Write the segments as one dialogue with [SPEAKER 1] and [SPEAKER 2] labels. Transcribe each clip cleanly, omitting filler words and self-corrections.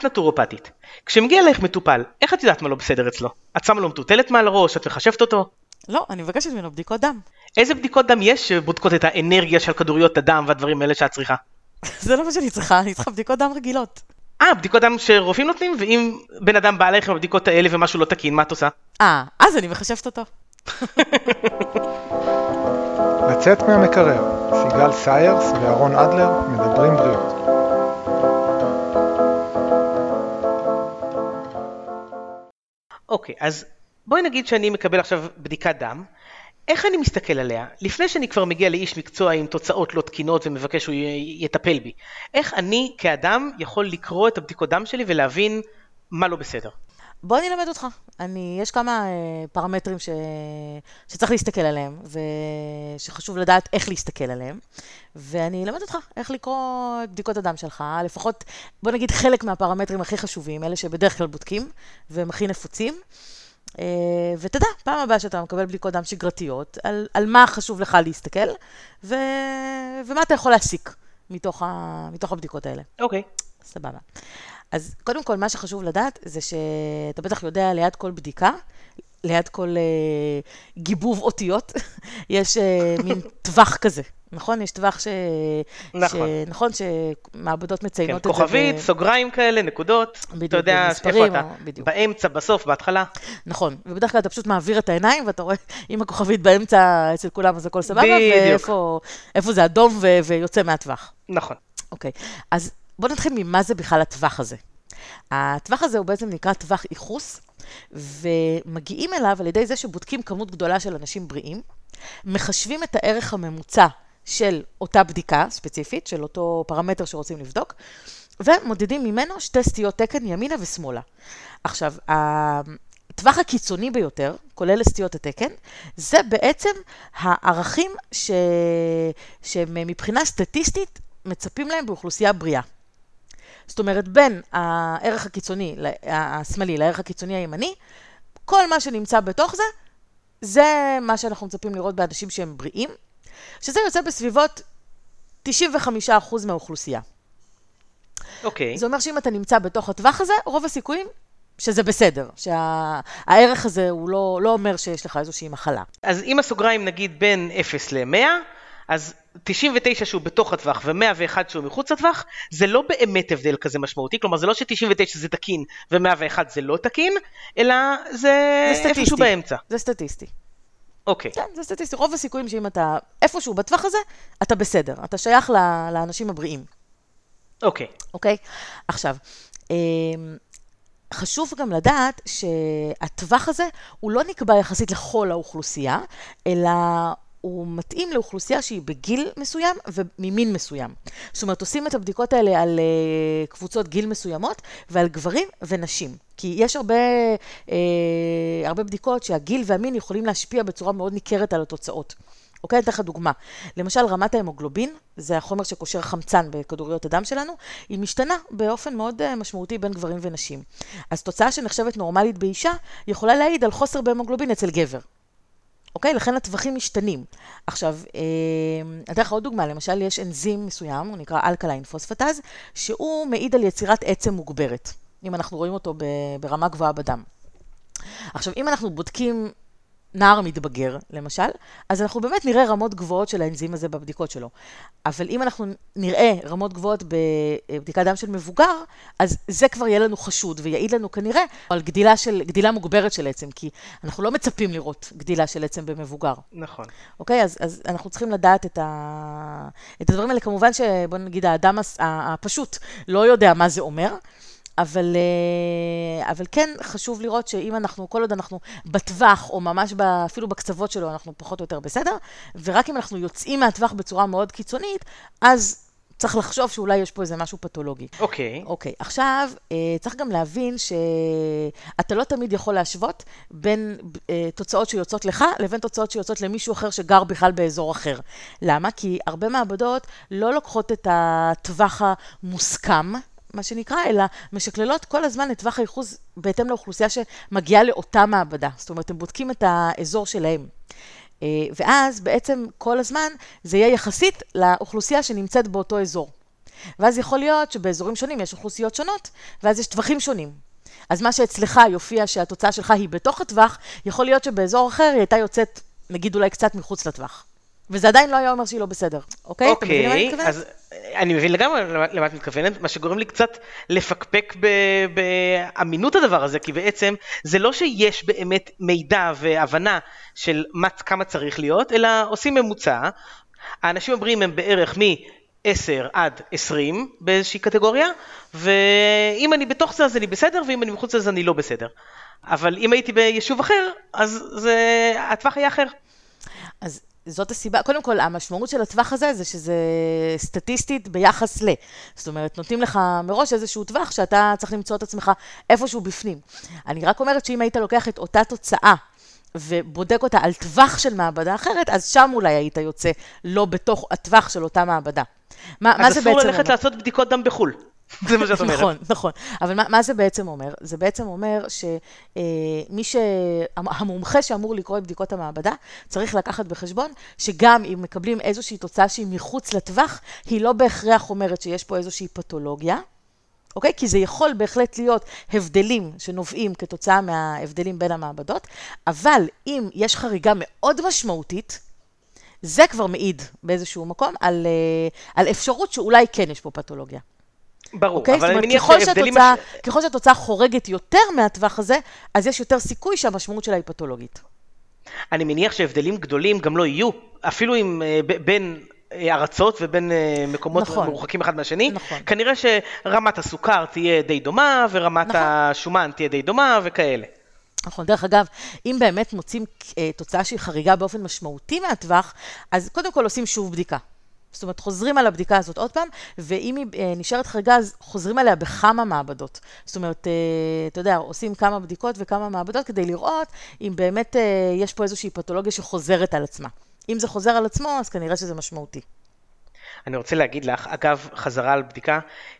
[SPEAKER 1] את נטורופטית. כשמגיע לך מטופל, איך את יודעת מה לא בסדר אצלו? את שמה לו מטוטלת מעל הראש, את מחשבת אותו?
[SPEAKER 2] לא, אני מבקשת ממנו בדיקות דם.
[SPEAKER 1] איזה בדיקות דם יש שבודקות את האנרגיה של כדוריות הדם והדברים האלה שאת צריכה?
[SPEAKER 2] זה לא מה שאני צריכה, אני צריכה בדיקות דם רגילות.
[SPEAKER 1] בדיקות דם שרופאים נותנים, ואם בן אדם בא עליך עם הבדיקות האלה ומשהו לא תקין, מה את עושה?
[SPEAKER 2] אז אני מחשבת אותו.
[SPEAKER 3] לצאת מהמקרר, סיגל סיירס ואהרון אדלר מדברים בריאות.
[SPEAKER 1] אוקיי, אז בואי נגיד שאני מקבל עכשיו בדיקת דם, איך אני מסתכל עליה? לפני שאני כבר מגיע לאיש מקצוע עם תוצאות לא תקינות ומבקש שהוא יטפל בי, איך אני כאדם יכול לקרוא את הבדיקות דם שלי ולהבין מה לא בסדר?
[SPEAKER 2] בוא אני אלמד אותך. יש כמה פרמטרים שצריך להסתכל עליהם, ושחשוב לדעת איך להסתכל עליהם, ואני אלמד אותך איך לקרוא את בדיקות הדם שלך, לפחות בוא נגיד חלק מהפרמטרים הכי חשובים, אלה שבדרך כלל בודקים והם הכי נפוצים, ותדע, פעם הבאה שאתה מקבל בדיקות דם שגרתיות, על מה חשוב לך להסתכל, ומה אתה יכול להסיק מתוך הבדיקות האלה.
[SPEAKER 1] אוקיי.
[SPEAKER 2] סבבה. אז קודם כל, מה שחשוב לדעת זה שאתה בטח יודע ליד כל בדיקה, ליד כל גיבוב אותיות, יש מין טווח כזה, נכון? יש טווח נכון, שמעבדות מציינות את זה.
[SPEAKER 1] כוכבית, סוגריים כאלה, נקודות.
[SPEAKER 2] בדיוק,
[SPEAKER 1] אתה יודע איפה אתה? באמצע, בסוף, בהתחלה.
[SPEAKER 2] נכון, ובדרך כלל אתה פשוט מעביר את העיניים, ואתה רואה אם הכוכבית באמצע אצל כולם, אז הכל סבבה, ואיפה זה אדום ויוצא מהטווח.
[SPEAKER 1] נכון.
[SPEAKER 2] אוקיי, אז בוא נתחיל ממה זה בכלל הטווח הזה. הטווח הזה הוא בעצם נקרא טווח איחוס, ומגיעים אליו על ידי זה שבודקים כמות גדולה של אנשים בריאים, מחשבים את הערך הממוצע של אותה בדיקה ספציפית, של אותו פרמטר שרוצים לבדוק, ומודדים ממנו שתי סטיות תקן ימינה ושמאלה. עכשיו, הטווח הקיצוני ביותר, כולל סטיות התקן, זה בעצם הערכים שמבחינה סטטיסטית מצפים להם באוכלוסייה בריאה. זאת אומרת, בין הערך הקיצוני, השמאלי, לערך הקיצוני הימני, כל מה שנמצא בתוך זה, זה מה שאנחנו מצפים לראות באנשים שהם בריאים, שזה יוצא בסביבות 95% מהאוכלוסייה.
[SPEAKER 1] אוקיי.
[SPEAKER 2] זה אומר שאם אתה נמצא בתוך הטווח הזה, רוב הסיכויים שזה בסדר, שהערך הזה הוא לא אומר שיש לך איזושהי מחלה.
[SPEAKER 1] אז אם הסוגריים נגיד בין 0 ל-100, אז 99 שהוא בתוך הטווח ו-101 שהוא מחוץ לטווח, זה לא באמת הבדל כזה משמעותי, כלומר זה לא ש-99 זה תקין ו-101 זה לא תקין, אלא זה איפשהו באמצע.
[SPEAKER 2] זה סטטיסטי.
[SPEAKER 1] אוקיי.
[SPEAKER 2] כן, זה סטטיסטי. רוב הסיכויים שאם אתה איפשהו בטווח הזה, אתה בסדר. אתה שייך לאנשים הבריאים.
[SPEAKER 1] אוקיי.
[SPEAKER 2] אוקיי? עכשיו, חשוב גם לדעת שהטווח הזה הוא לא נקבע יחסית לכל האוכלוסייה, אלא הוא מתאים לאוכלוסייה שהיא בגיל מסוים וממין מסוים. זאת אומרת, עושים את הבדיקות האלה על קבוצות גיל מסוימות ועל גברים ונשים. כי יש הרבה בדיקות שהגיל והמין יכולים להשפיע בצורה מאוד ניכרת על התוצאות. אוקיי, אני אתן לך דוגמה. למשל, רמת ההמוגלובין, זה החומר שקושר חמצן בכדוריות הדם שלנו, היא משתנה באופן מאוד משמעותי בין גברים ונשים. אז תוצאה שנחשבת נורמלית באישה, יכולה להעיד על חוסר בהמוגלובין אצל גבר. אוקיי? לכן הטווחים משתנים. עכשיו, אני אתן לך עוד דוגמה, למשל יש אנזים מסוים, הוא נקרא אלקליין פוספטאז, שהוא מעיד על יצירת עצם מוגברת, אם אנחנו רואים אותו ברמה גבוהה בדם. עכשיו, אם אנחנו בודקים נער מתבגר, למשל, אז אנחנו באמת נראה רמות גבוהות של האנזים הזה בבדיקות שלו. אבל אם אנחנו נראה רמות גבוהות בבדיקת דם של מבוגר, אז זה כבר יהיה לנו חשוד, ויעיד לנו כנראה על גדילה מוגברת של עצם, כי אנחנו לא מצפים לראות גדילה של עצם במבוגר.
[SPEAKER 1] נכון.
[SPEAKER 2] אוקיי, אז אנחנו צריכים לדעת את הדברים האלה. כמובן שבוא נגיד, האדם הפשוט לא יודע מה זה אומר, אבל כן חשוב לראות שאם כל עוד אנחנו בטווח, או ממש אפילו בקצוות שלו, אנחנו פחות או יותר בסדר, ורק אם אנחנו יוצאים מהטווח בצורה מאוד קיצונית, אז צריך לחשוב שאולי יש פה איזה משהו פתולוגי.
[SPEAKER 1] אוקיי.
[SPEAKER 2] אוקיי, עכשיו צריך גם להבין שאתה לא תמיד יכול להשוות בין תוצאות שיוצאות לך, לבין תוצאות שיוצאות למישהו אחר שגר בכלל באזור אחר. למה? כי הרבה מעבדות לא לוקחות את הטווח המוסכם, מה שנקרא, אלא משקללות כל הזמן את טווח הייחוס בהתאם לאוכלוסייה שמגיעה לאותה מעבדה. זאת אומרת, הם בודקים את האזור שלהם. ואז בעצם כל הזמן זה יהיה יחסית לאוכלוסייה שנמצאת באותו אזור. ואז יכול להיות שבאזורים שונים יש אוכלוסיות שונות, ואז יש טווחים שונים. אז מה שאצלך יופיע שהתוצאה שלך היא בתוך הטווח, יכול להיות שבאזור אחר היא הייתה יוצאת, נגיד אולי קצת מחוץ לטווח. וזה עדיין לא היה אומר שהיא לא בסדר, אוקיי? אתה מבין למה אני מתכוונת?
[SPEAKER 1] אז אני מבין לגמרי למה את מתכוונת, מה שגורם לי קצת לפקפק באמינות הדבר הזה, כי בעצם זה לא שיש באמת מידע והבנה של כמה צריך להיות, אלא עושים ממוצע, האנשים אומרים הם בערך מ-10 עד 20 באיזושהי קטגוריה, ואם אני בתוך זה אז אני בסדר, ואם אני מחוץ לזה אני לא בסדר. אבל אם הייתי ביישוב אחר, אז הטווח היה אחר.
[SPEAKER 2] אז זאת הסיבה, קודם כל, המשמעות של הטווח הזה זה שזה סטטיסטית ביחס ל. זאת אומרת, נותנים לך מראש איזשהו טווח שאתה צריך למצוא את עצמך איפשהו בפנים. אני רק אומרת שאם היית לוקח את אותה תוצאה ובודק אותה על טווח של מעבדה אחרת, אז שם אולי היית יוצא לא בתוך הטווח של אותה מעבדה. מה זה בעצם אומר?
[SPEAKER 1] אז אסור ללכת לעשות בדיקות דם בחול. זה מה שאת אומרת.
[SPEAKER 2] נכון, נכון. אבל מה זה בעצם אומר? זה בעצם אומר המומחה שאמור לקרוא את בדיקות המעבדה, צריך לקחת בחשבון שגם אם מקבלים איזושהי תוצאה שהיא מחוץ לטווח, היא לא בהכרח אומרת שיש פה איזושהי פתולוגיה, אוקיי? כי זה יכול בהחלט להיות הבדלים שנובעים כתוצאה מההבדלים בין המעבדות, אבל אם יש חריגה מאוד משמעותית, זה כבר מעיד באיזשהו מקום על אפשרות שאולי כן יש פה פתולוגיה.
[SPEAKER 1] ברור,
[SPEAKER 2] אבל
[SPEAKER 1] אני מניח
[SPEAKER 2] שההבדלים... ככל שהתוצאה חורגת יותר מהטווח הזה, אז יש יותר סיכוי שהמשמעות שלה היא פתולוגית.
[SPEAKER 1] אני מניח שהבדלים גדולים גם לא יהיו, אפילו אם בין ארצות ובין מקומות מרוחקים אחד מהשני, כנראה שרמת הסוכר תהיה די דומה, ורמת השומן תהיה די דומה וכאלה.
[SPEAKER 2] נכון, דרך אגב, אם באמת מוצאים תוצאה שהיא חריגה באופן משמעותי מהטווח, אז קודם כל עושים שוב בדיקה. זאת אומרת, חוזרים על הבדיקה הזאת עוד פעם, ואם היא נשארת חריגה, אז חוזרים עליה בכמה מעבדות. זאת אומרת, אתה יודע, עושים כמה בדיקות וכמה מעבדות כדי לראות אם באמת יש פה איזושהי פתולוגיה שחוזרת על עצמה. אם זה חוזר על עצמו, אז כנראה שזה משמעותי.
[SPEAKER 1] אני רוצה להגיד לך, אגב, חזרה על בדיקה,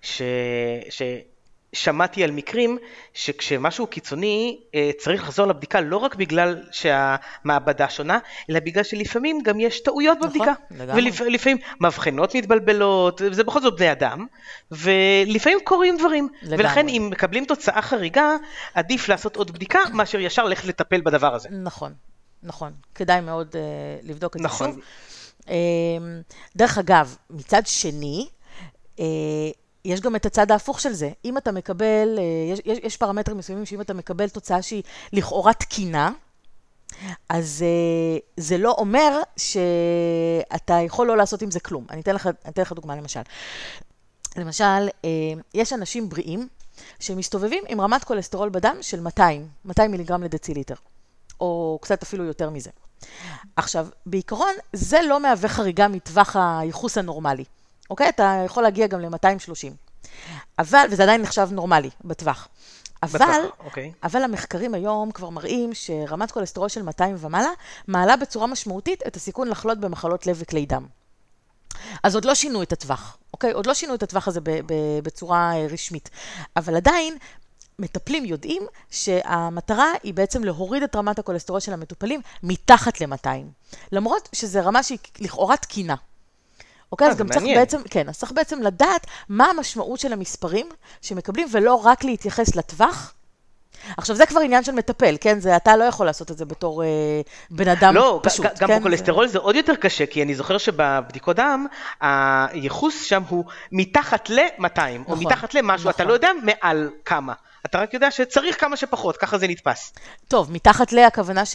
[SPEAKER 1] שמעתי על מקרים שכשמשהו קיצוני צריך לחזור לבדיקה לא רק בגלל שהמעבדה שונה, אלא בגלל שלפעמים גם יש טעויות בבדיקה. ולפעמים מבחנות מתבלבלות, זה בכל זאת בני אדם, ולפעמים קורים דברים. ולכן אם מקבלים תוצאה חריגה, עדיף לעשות עוד בדיקה, מאשר ישר ללכת לטפל בדבר הזה.
[SPEAKER 2] נכון, נכון. כדאי מאוד לבדוק את זה שוב. דרך אגב, מצד שני, יש גם את הצד ההפוך של זה. אם אתה מקבל, יש פרמטרים מסוימים שאם אתה מקבל תוצאה שהיא לכאורה תקינה, אז זה לא אומר שאתה יכול לא לעשות עם זה כלום. אני אתן לך דוגמה למשל. למשל, יש אנשים בריאים שמסתובבים עם רמת כולסטרול בדם של 200 מיליגרם לדציליטר, או קצת אפילו יותר מזה. עכשיו, בעיקרון, זה לא מהווה חריגה מטווח הייחוס הנורמלי. אוקיי? אתה יכול להגיע גם ל-230. אבל, וזה עדיין נחשב נורמלי בטווח. אבל המחקרים היום כבר מראים שרמת כולסטרול של 200 ומעלה, מעלה בצורה משמעותית את הסיכון לחלות במחלות לב וכלי דם. אז עוד לא שינו את הטווח, אוקיי? עוד לא שינו את הטווח הזה בצורה רשמית. אבל עדיין, מטפלים יודעים שהמטרה היא בעצם להוריד את רמת הכולסטרול של המטופלים מתחת ל-200. למרות שזו רמה שהיא לכאורה תקינה. אוקיי, אז גם צריך בעצם לדעת מה המשמעות של המספרים שמקבלים, ולא רק להתייחס לטווח. עכשיו, זה כבר עניין של מטפל, כן? אתה לא יכול לעשות את זה בתור בן אדם פשוט.
[SPEAKER 1] לא, גם בקולסטרול זה עוד יותר קשה, כי אני זוכר שבבדיקות דם, הייחוס שם הוא מתחת ל-200, או מתחת למשהו, אתה לא יודע מעל כמה. אתה רק יודע שצריך כמה שפחות, ככה זה נתפס.
[SPEAKER 2] טוב, מתחת הכוונה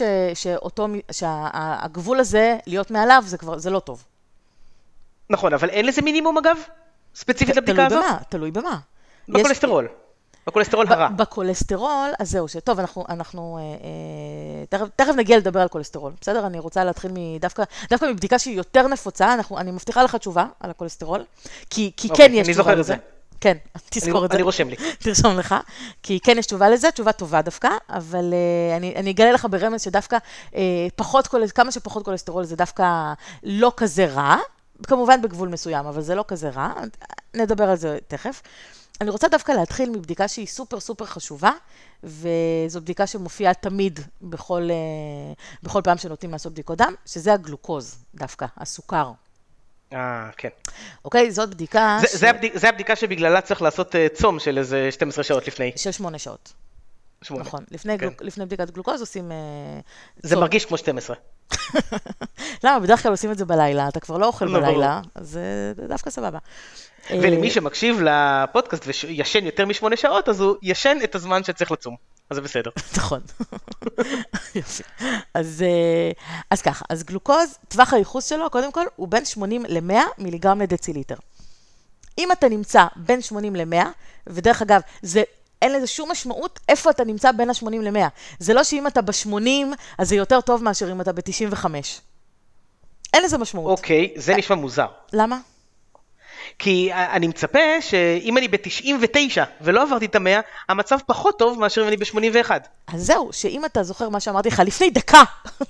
[SPEAKER 2] שהגבול הזה, להיות מעליו, זה לא טוב.
[SPEAKER 1] נכון, אבל אין לזה מינימום אגב? ספציפית לבדיקה הזאת?
[SPEAKER 2] תלוי במה.
[SPEAKER 1] בקולסטרול. בקולסטרול הרע.
[SPEAKER 2] בקולסטרול, אז זהו, טוב, אנחנו תכף נגיע לדבר על קולסטרול, בסדר? אני רוצה להתחיל דווקא מבדיקה שהיא יותר נפוצה, אני מבטיחה לך תשובה על הקולסטרול, כי כן יש תשובה לזה. כן, תזכור את זה.
[SPEAKER 1] אני רושם לי.
[SPEAKER 2] תרשום לך, כי כן יש תשובה לזה, תשובה טובה דווקא, אבל אני אגלה לך ברמז שדווקא כמה שפחות קולסטרול זה דווקא לא כזה רע, כמובן בגבול מסוים, אבל זה לא כזה רע, נדבר על זה תכף. אני רוצה דווקא להתחיל מבדיקה שהיא סופר סופר חשובה, וזו בדיקה שמופיעה תמיד בכל פעם שנותנים לעשות בדיקות דם, שזה הגלוקוז דווקא, הסוכר.
[SPEAKER 1] כן.
[SPEAKER 2] אוקיי, זאת בדיקה...
[SPEAKER 1] זה הבדיקה שבגללה צריך לעשות צום של איזה 12 שעות לפני.
[SPEAKER 2] של 8 שעות.
[SPEAKER 1] 8.
[SPEAKER 2] נכון, לפני בדיקת גלוקוז עושים...
[SPEAKER 1] זה מרגיש כמו 12.
[SPEAKER 2] למה? בדרך כלל עושים את זה בלילה, אתה כבר לא אוכל בלילה, אז זה דווקא סבבה.
[SPEAKER 1] ולמי שמקשיב לפודקאסט וישן יותר מ8 שעות, אז הוא ישן את הזמן שצריך לצום. אז זה בסדר.
[SPEAKER 2] נכון. יופי. אז ככה, אז גלוקוז, טווח הייחוס שלו, קודם כל, הוא בין 80 ל-100 מיליגרם לדציליטר. אם אתה נמצא בין 80 ל-100, ודרך אגב, אין לזה שום משמעות איפה אתה נמצא בין ה-80 ל-100. זה לא שאם אתה ב-80, אז זה יותר טוב מאשר אם אתה ב-95. אין לזה משמעות.
[SPEAKER 1] אוקיי, זה נשמע מוזר.
[SPEAKER 2] למה?
[SPEAKER 1] כי אני מצפה שאם אני ב-99 ולא עברתי את ה-100, המצב פחות טוב מאשר אם אני ב-81.
[SPEAKER 2] אז זהו, שאם אתה זוכר מה שאמרתי לך לפני דקה,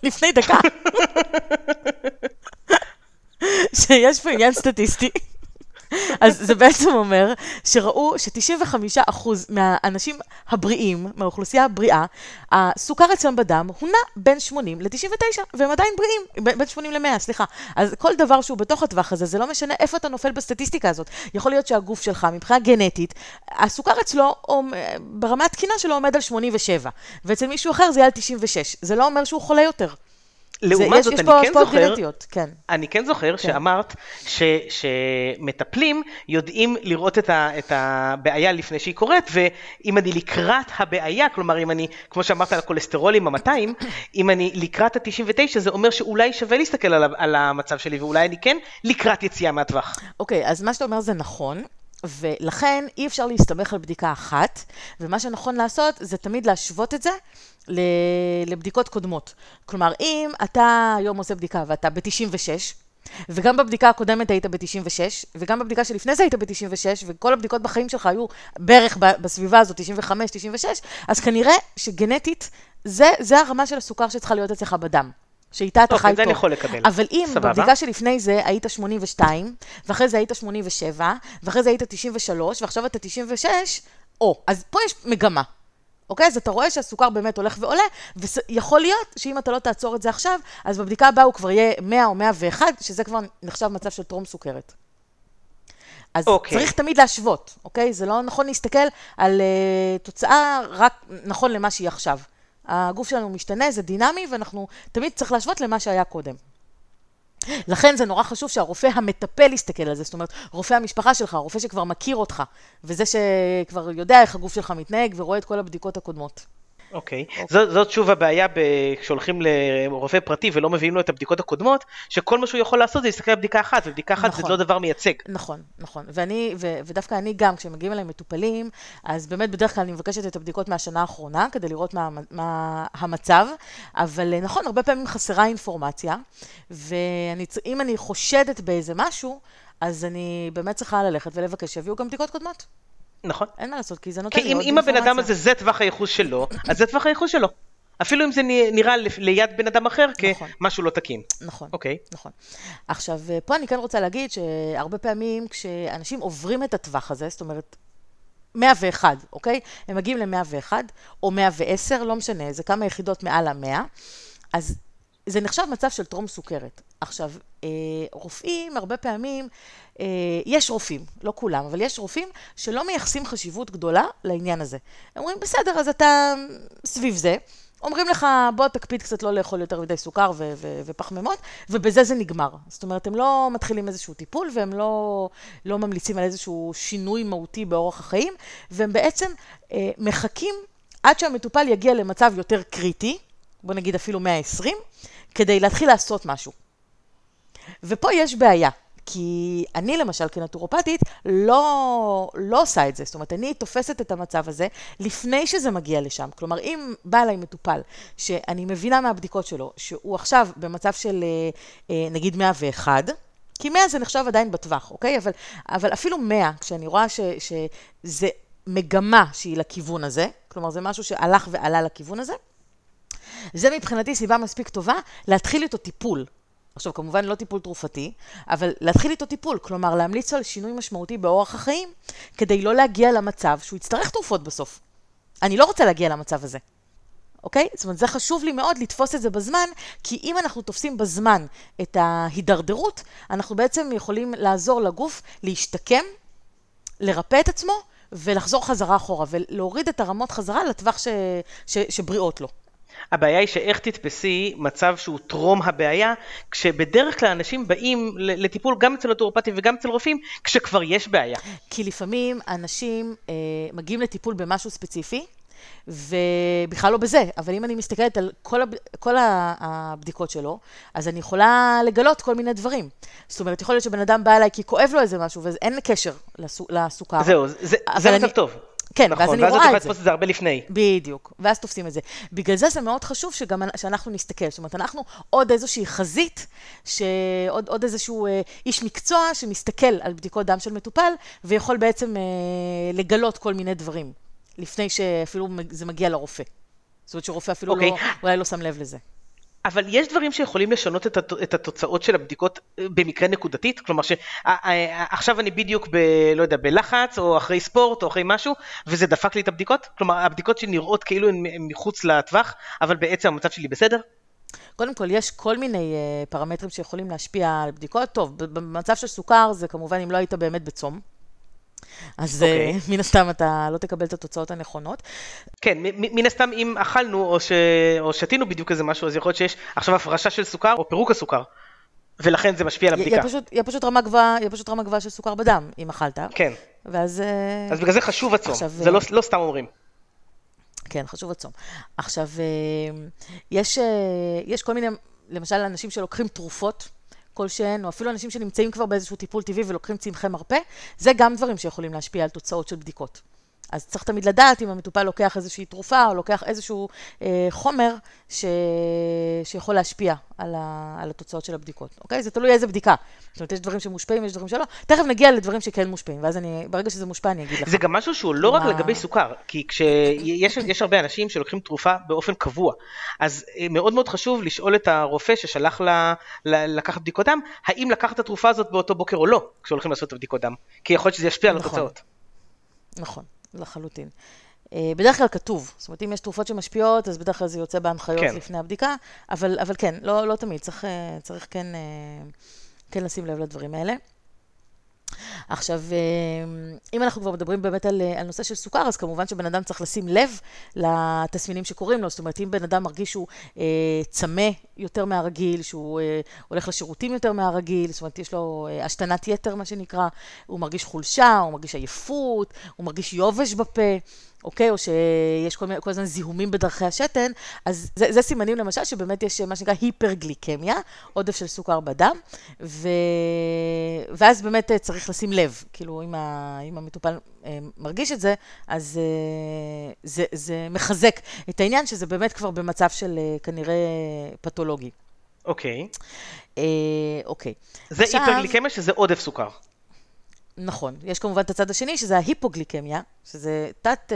[SPEAKER 2] שיש פה עניין סטטיסטי, אז זה בעצם אומר שראו ש95% מהאנשים הבריאים, מהאוכלוסייה הבריאה, הסוכר אצלם בדם הוא נע בין 80 ל-99, והם עדיין בריאים, בין 80 ל-100, סליחה. אז כל דבר שהוא בתוך הטווח הזה, זה לא משנה איפה אתה נופל בסטטיסטיקה הזאת. יכול להיות שהגוף שלך, מבחינה גנטית, הסוכר אצלו, ברמה התקינה שלו עומד על 87, ואצל מישהו אחר זה יהיה על 96. זה לא אומר שהוא חולה יותר.
[SPEAKER 1] לעומת זאת, אני כן זוכר
[SPEAKER 2] כן.
[SPEAKER 1] שאמרת שמטפלים יודעים לראות את הבעיה לפני שהיא קורית, ואם אני לקראת הבעיה, כלומר, אם אני, כמו שאמרת על הכולסטרולים ה-200, אם אני לקראת ה-99, זה אומר שאולי שווה להסתכל על המצב שלי, ואולי אני כן לקראת יציאה מהטווח.
[SPEAKER 2] אוקיי, אז מה שאתה אומר זה נכון, ולכן אי אפשר להסתמך על בדיקה אחת, ומה שנכון לעשות זה תמיד להשוות את זה לבדיקות קודמות. כלומר, אם אתה היום עושה בדיקה ואתה ב-96, וגם בבדיקה הקודמת היית ב-96, וגם בבדיקה שלפני זה היית ב-96, וכל הבדיקות בחיים שלך היו בערך בסביבה הזאת, 95, 96, אז כנראה שגנטית זה הרמה של הסוכר שצריכה להיות אצלך בדם. שאיתה אתה חי טוב. אבל אם בבדיקה שלפני זה היית 82, ואחרי זה היית 87, ואחרי זה היית 93, ועכשיו אתה 96, אז פה יש מגמה. אוקיי? אז אתה רואה שהסוכר באמת הולך ועולה, ויכול להיות שאם אתה לא תעצור את זה עכשיו, אז בבדיקה הבאה הוא כבר יהיה 100 או 101, שזה כבר נחשב מצב של טרום סוכרת. אז צריך תמיד להשוות, אוקיי? זה לא נכון להסתכל על תוצאה רק נכון למה שהיא עכשיו. הגוף שלנו משתנה, זה דינמי, ואנחנו תמיד צריך להשוות למה שהיה קודם. לכן זה נורא חשוב שהרופא המטפל יסתכל על זה, זאת אומרת, רופא המשפחה שלך, רופא שכבר מכיר אותך, וזה שכבר יודע איך הגוף שלך מתנהג ורואה את כל הבדיקות הקודמות.
[SPEAKER 1] אוקיי. זאת שוב הבעיה כשהולכים לרופא פרטי ולא מביאים לו את הבדיקות הקודמות, שכל מה שהוא יכול לעשות זה להסתכל על בדיקה אחת, ובדיקה אחת זה לא דבר מייצג.
[SPEAKER 2] נכון, נכון. ודווקא אני גם, כשמגיעים אליי מטופלים, אז באמת בדרך כלל אני מבקשת את הבדיקות מהשנה האחרונה, כדי לראות מה המצב, אבל נכון, הרבה פעמים חסרה אינפורמציה, ואם אני חושדת באיזה משהו, אז אני באמת צריכה ללכת ולבקש שיביאו גם בדיקות קודמות.
[SPEAKER 1] נכון.
[SPEAKER 2] אין מה לעשות, כי זה נותן לי עוד
[SPEAKER 1] אינפורמציה. כי אם הבן אדם הזה זה טווח הייחוס שלו, אז זה טווח הייחוס שלו. אפילו אם זה נראה ליד בן אדם אחר כמשהו לא תקין.
[SPEAKER 2] נכון.
[SPEAKER 1] אוקיי.
[SPEAKER 2] נכון. עכשיו, פה אני כן רוצה להגיד שהרבה פעמים כשאנשים עוברים את הטווח הזה, זאת אומרת, 101, אוקיי? הם מגיעים ל-101 או 110, לא משנה, זה כמה יחידות מעל ה-100, אז זה נחשב מצב של טרום סוכרת. עכשיו, רופאים, הרבה פעמים, יש רופאים, לא כולם, אבל יש רופאים שלא מייחסים חשיבות גדולה לעניין הזה. הם אומרים, בסדר, אז אתה סביב זה, אומרים לך, בוא תקפיד קצת לא לאכול יותר מדי סוכר ופחמימות, ובזה זה נגמר. זאת אומרת, הם לא מתחילים איזשהו טיפול, והם לא ממליצים על איזשהו שינוי מהותי באורח החיים, והם בעצם מחכים עד שהמטופל יגיע למצב יותר קריטי, בוא נגיד אפילו 120, כדי להתחיל לעשות משהו. ופה יש בעיה, כי אני למשל כנטורופטית לא עושה את זה, זאת אומרת, אני תופסת את המצב הזה לפני שזה מגיע לשם. כלומר, אם בא אליי מטופל שאני מבינה מהבדיקות שלו, שהוא עכשיו במצב של נגיד 101, כי 100 זה נחשב עדיין בטווח, אוקיי? אבל אפילו 100, כשאני רואה שזה מגמה שהיא לכיוון הזה, כלומר, זה משהו שהלך ועלה לכיוון הזה, זה מבחינתי סיבה מספיק טובה להתחיל איתו טיפול. עכשיו, כמובן לא טיפול תרופתי, אבל להתחיל איתו טיפול, כלומר להמליץ על שינוי משמעותי באורח החיים, כדי לא להגיע למצב שהוא יצטרך תרופות בסוף. אני לא רוצה להגיע למצב הזה. אוקיי? זאת אומרת, זה חשוב לי מאוד לתפוס את זה בזמן, כי אם אנחנו תופסים בזמן את ההידרדרות, אנחנו בעצם יכולים לעזור לגוף להשתקם, לרפא את עצמו, ולחזור חזרה אחורה, ולהוריד את הרמות חזרה לטווח שבריאות לו.
[SPEAKER 1] הבעיה היא שאיך תתפסי מצב שהוא טרום הבעיה, כשבדרך כלל אנשים באים לטיפול גם אצל אוטורופטים וגם אצל רופאים, כשכבר יש בעיה.
[SPEAKER 2] כי לפעמים אנשים מגיעים לטיפול במשהו ספציפי, ובכלל לא בזה, אבל אם אני מסתכלת על כל הבדיקות שלו, אז אני יכולה לגלות כל מיני דברים. זאת אומרת, יכול להיות שבן אדם בא אליי כי כואב לו איזה משהו, ואין קשר לסוכר.
[SPEAKER 1] זהו, זה מצב טוב.
[SPEAKER 2] כן,
[SPEAKER 1] נכון,
[SPEAKER 2] ואז אני רואה את זה.
[SPEAKER 1] ואז את יכולה לתפוס את זה הרבה לפני.
[SPEAKER 2] בדיוק, ואז תופסים את זה. בגלל זה מאוד חשוב שאנחנו נסתכל. זאת אומרת, אנחנו עוד איזושהי חזית, עוד איזשהו איש מקצוע שמסתכל על בדיקות דם של מטופל, ויכול בעצם לגלות כל מיני דברים, לפני שאפילו זה מגיע לרופא. זאת אומרת שרופא אפילו אולי לא שם לב לזה.
[SPEAKER 1] אבל יש דברים שיכולים לשנות את התוצאות של הבדיקות במקרה נקודתית? כלומר שעכשיו אני בדיוק לא יודע, בלחץ או אחרי ספורט או אחרי משהו, וזה דפק לי את הבדיקות? כלומר, הבדיקות שנראות כאילו הן מחוץ לטווח, אבל בעצם המצב שלי בסדר?
[SPEAKER 2] קודם כל, יש כל מיני פרמטרים שיכולים להשפיע על בדיקות. טוב, במצב של סוכר זה כמובן אם לא היית באמת בצום. אז מן הסתם אתה לא תקבל את התוצאות הנכונות.
[SPEAKER 1] כן, מן הסתם אם אכלנו או שתינו בדיוק איזה משהו, אז יכול להיות שיש עכשיו הפרשה של סוכר או פירוק הסוכר, ולכן זה משפיע על הבדיקה.
[SPEAKER 2] יהיה פשוט רמה גבוהה של סוכר בדם, אם אכלת.
[SPEAKER 1] כן.
[SPEAKER 2] אז
[SPEAKER 1] בגלל זה חשוב הצום, זה לא סתם אומרים.
[SPEAKER 2] כן, חשוב הצום. עכשיו, יש כל מיני, למשל, אנשים שלוקחים תרופות, כלשהן, או אפילו אנשים שנמצאים כבר באיזשהו טיפול טבעי ולוקחים צמחי מרפא, זה גם דברים שיכולים להשפיע על תוצאות של בדיקות. אז צריך תמיד לדעת אם המטופל לוקח איזושהי תרופה, או לוקח איזשהו חומר שיכול להשפיע על התוצאות של הבדיקות. אוקיי? זה תלוי איזה בדיקה. זאת אומרת, יש דברים שמושפעים, יש דברים שלא. תכף נגיע לדברים שכן מושפעים, ואז ברגע שזה מושפע, אני אגיד לך.
[SPEAKER 1] זה גם משהו שהוא לא רק לגבי סוכר, כי כשיש הרבה אנשים שלוקחים תרופה באופן קבוע, אז מאוד מאוד חשוב לשאול את הרופא ששלח לקחת בדיקות דם, האם לקחת את התרופה הזאת באותו בוקר או לא, כשהולכים לעשות את הבדיקות דם, כי יכול להיות שזה ישפיע על התוצאות.
[SPEAKER 2] נכון, לחלוטין. בדרך כלל כתוב, זאת אומרת, אם יש תרופות שמשפיעות, אז בדרך כלל זה יוצא בהנחיות לפני הבדיקה, אבל כן, לא תמיד, צריך כן לשים לב לדברים האלה. עכשיו, אם אנחנו כבר מדברים באמת על נושא של סוכר, אז כמובן שבן אדם צריך לשים לב לתסמינים שקורים לו. זאת אומרת, אם בן אדם מרגיש שהוא צמא יותר מהרגיל, שהוא הולך לשירותים יותר מהרגיל, זאת אומרת, יש לו השתנת יתר, מה שנקרא, הוא מרגיש חולשה, הוא מרגיש עייפות, הוא מרגיש יובש בפה, אוקיי? או שיש כל הזמן זיהומים בדרכי השתן, אז זה סימנים למשל שבאמת יש מה שנקרא היפרגליקמיה, עודף של סוכר בדם, ואז באמת צריך לשים לב, כאילו אם המטופל מרגיש את זה, אז זה מחזק את העניין שזה באמת כבר במצב של כנראה פתולוגי.
[SPEAKER 1] אוקיי.
[SPEAKER 2] אוקיי.
[SPEAKER 1] זה היפרגליקמיה שזה עודף סוכר.
[SPEAKER 2] נכון. יש כמובן את הצד השני, שזה ההיפוגליקמיה, שזה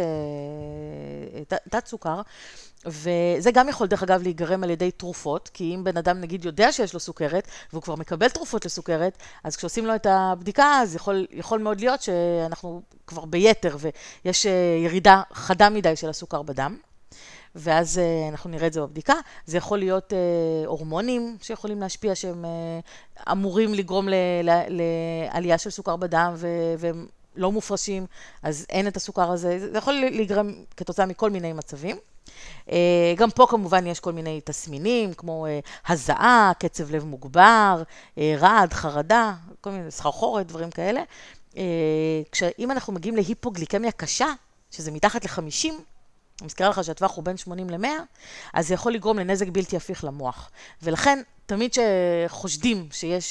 [SPEAKER 2] תת סוכר, וזה גם יכול דרך אגב להיגרם על ידי תרופות, כי אם בן אדם נגיד יודע שיש לו סוכרת, והוא כבר מקבל תרופות לסוכרת, אז כשעושים לו את הבדיקה, אז יכול מאוד להיות שאנחנו כבר ביתר, ויש ירידה חדה מדי של הסוכר בדם. ואז אנחנו נראה את זה בבדיקה. זה יכול להיות הורמונים שיכולים להשפיע, שהם אמורים לגרום לעלייה של סוכר בדם, והם לא מופרשים, אז אין את הסוכר הזה. זה יכול להיגרם כתוצאה מכל מיני מצבים. גם פה כמובן יש כל מיני תסמינים, כמו הזעה, קצב לב מוגבר, רעד, חרדה, כל מיני סחרחורת, דברים כאלה. אם אנחנו מגיעים להיפוגליקמיה קשה, שזה מתחת ל-50, אני מזכירה לך שהטווח הוא בין 80 ל-100, אז זה יכול לגרום לנזק בלתי הפיך למוח. ולכן, תמיד שחושדים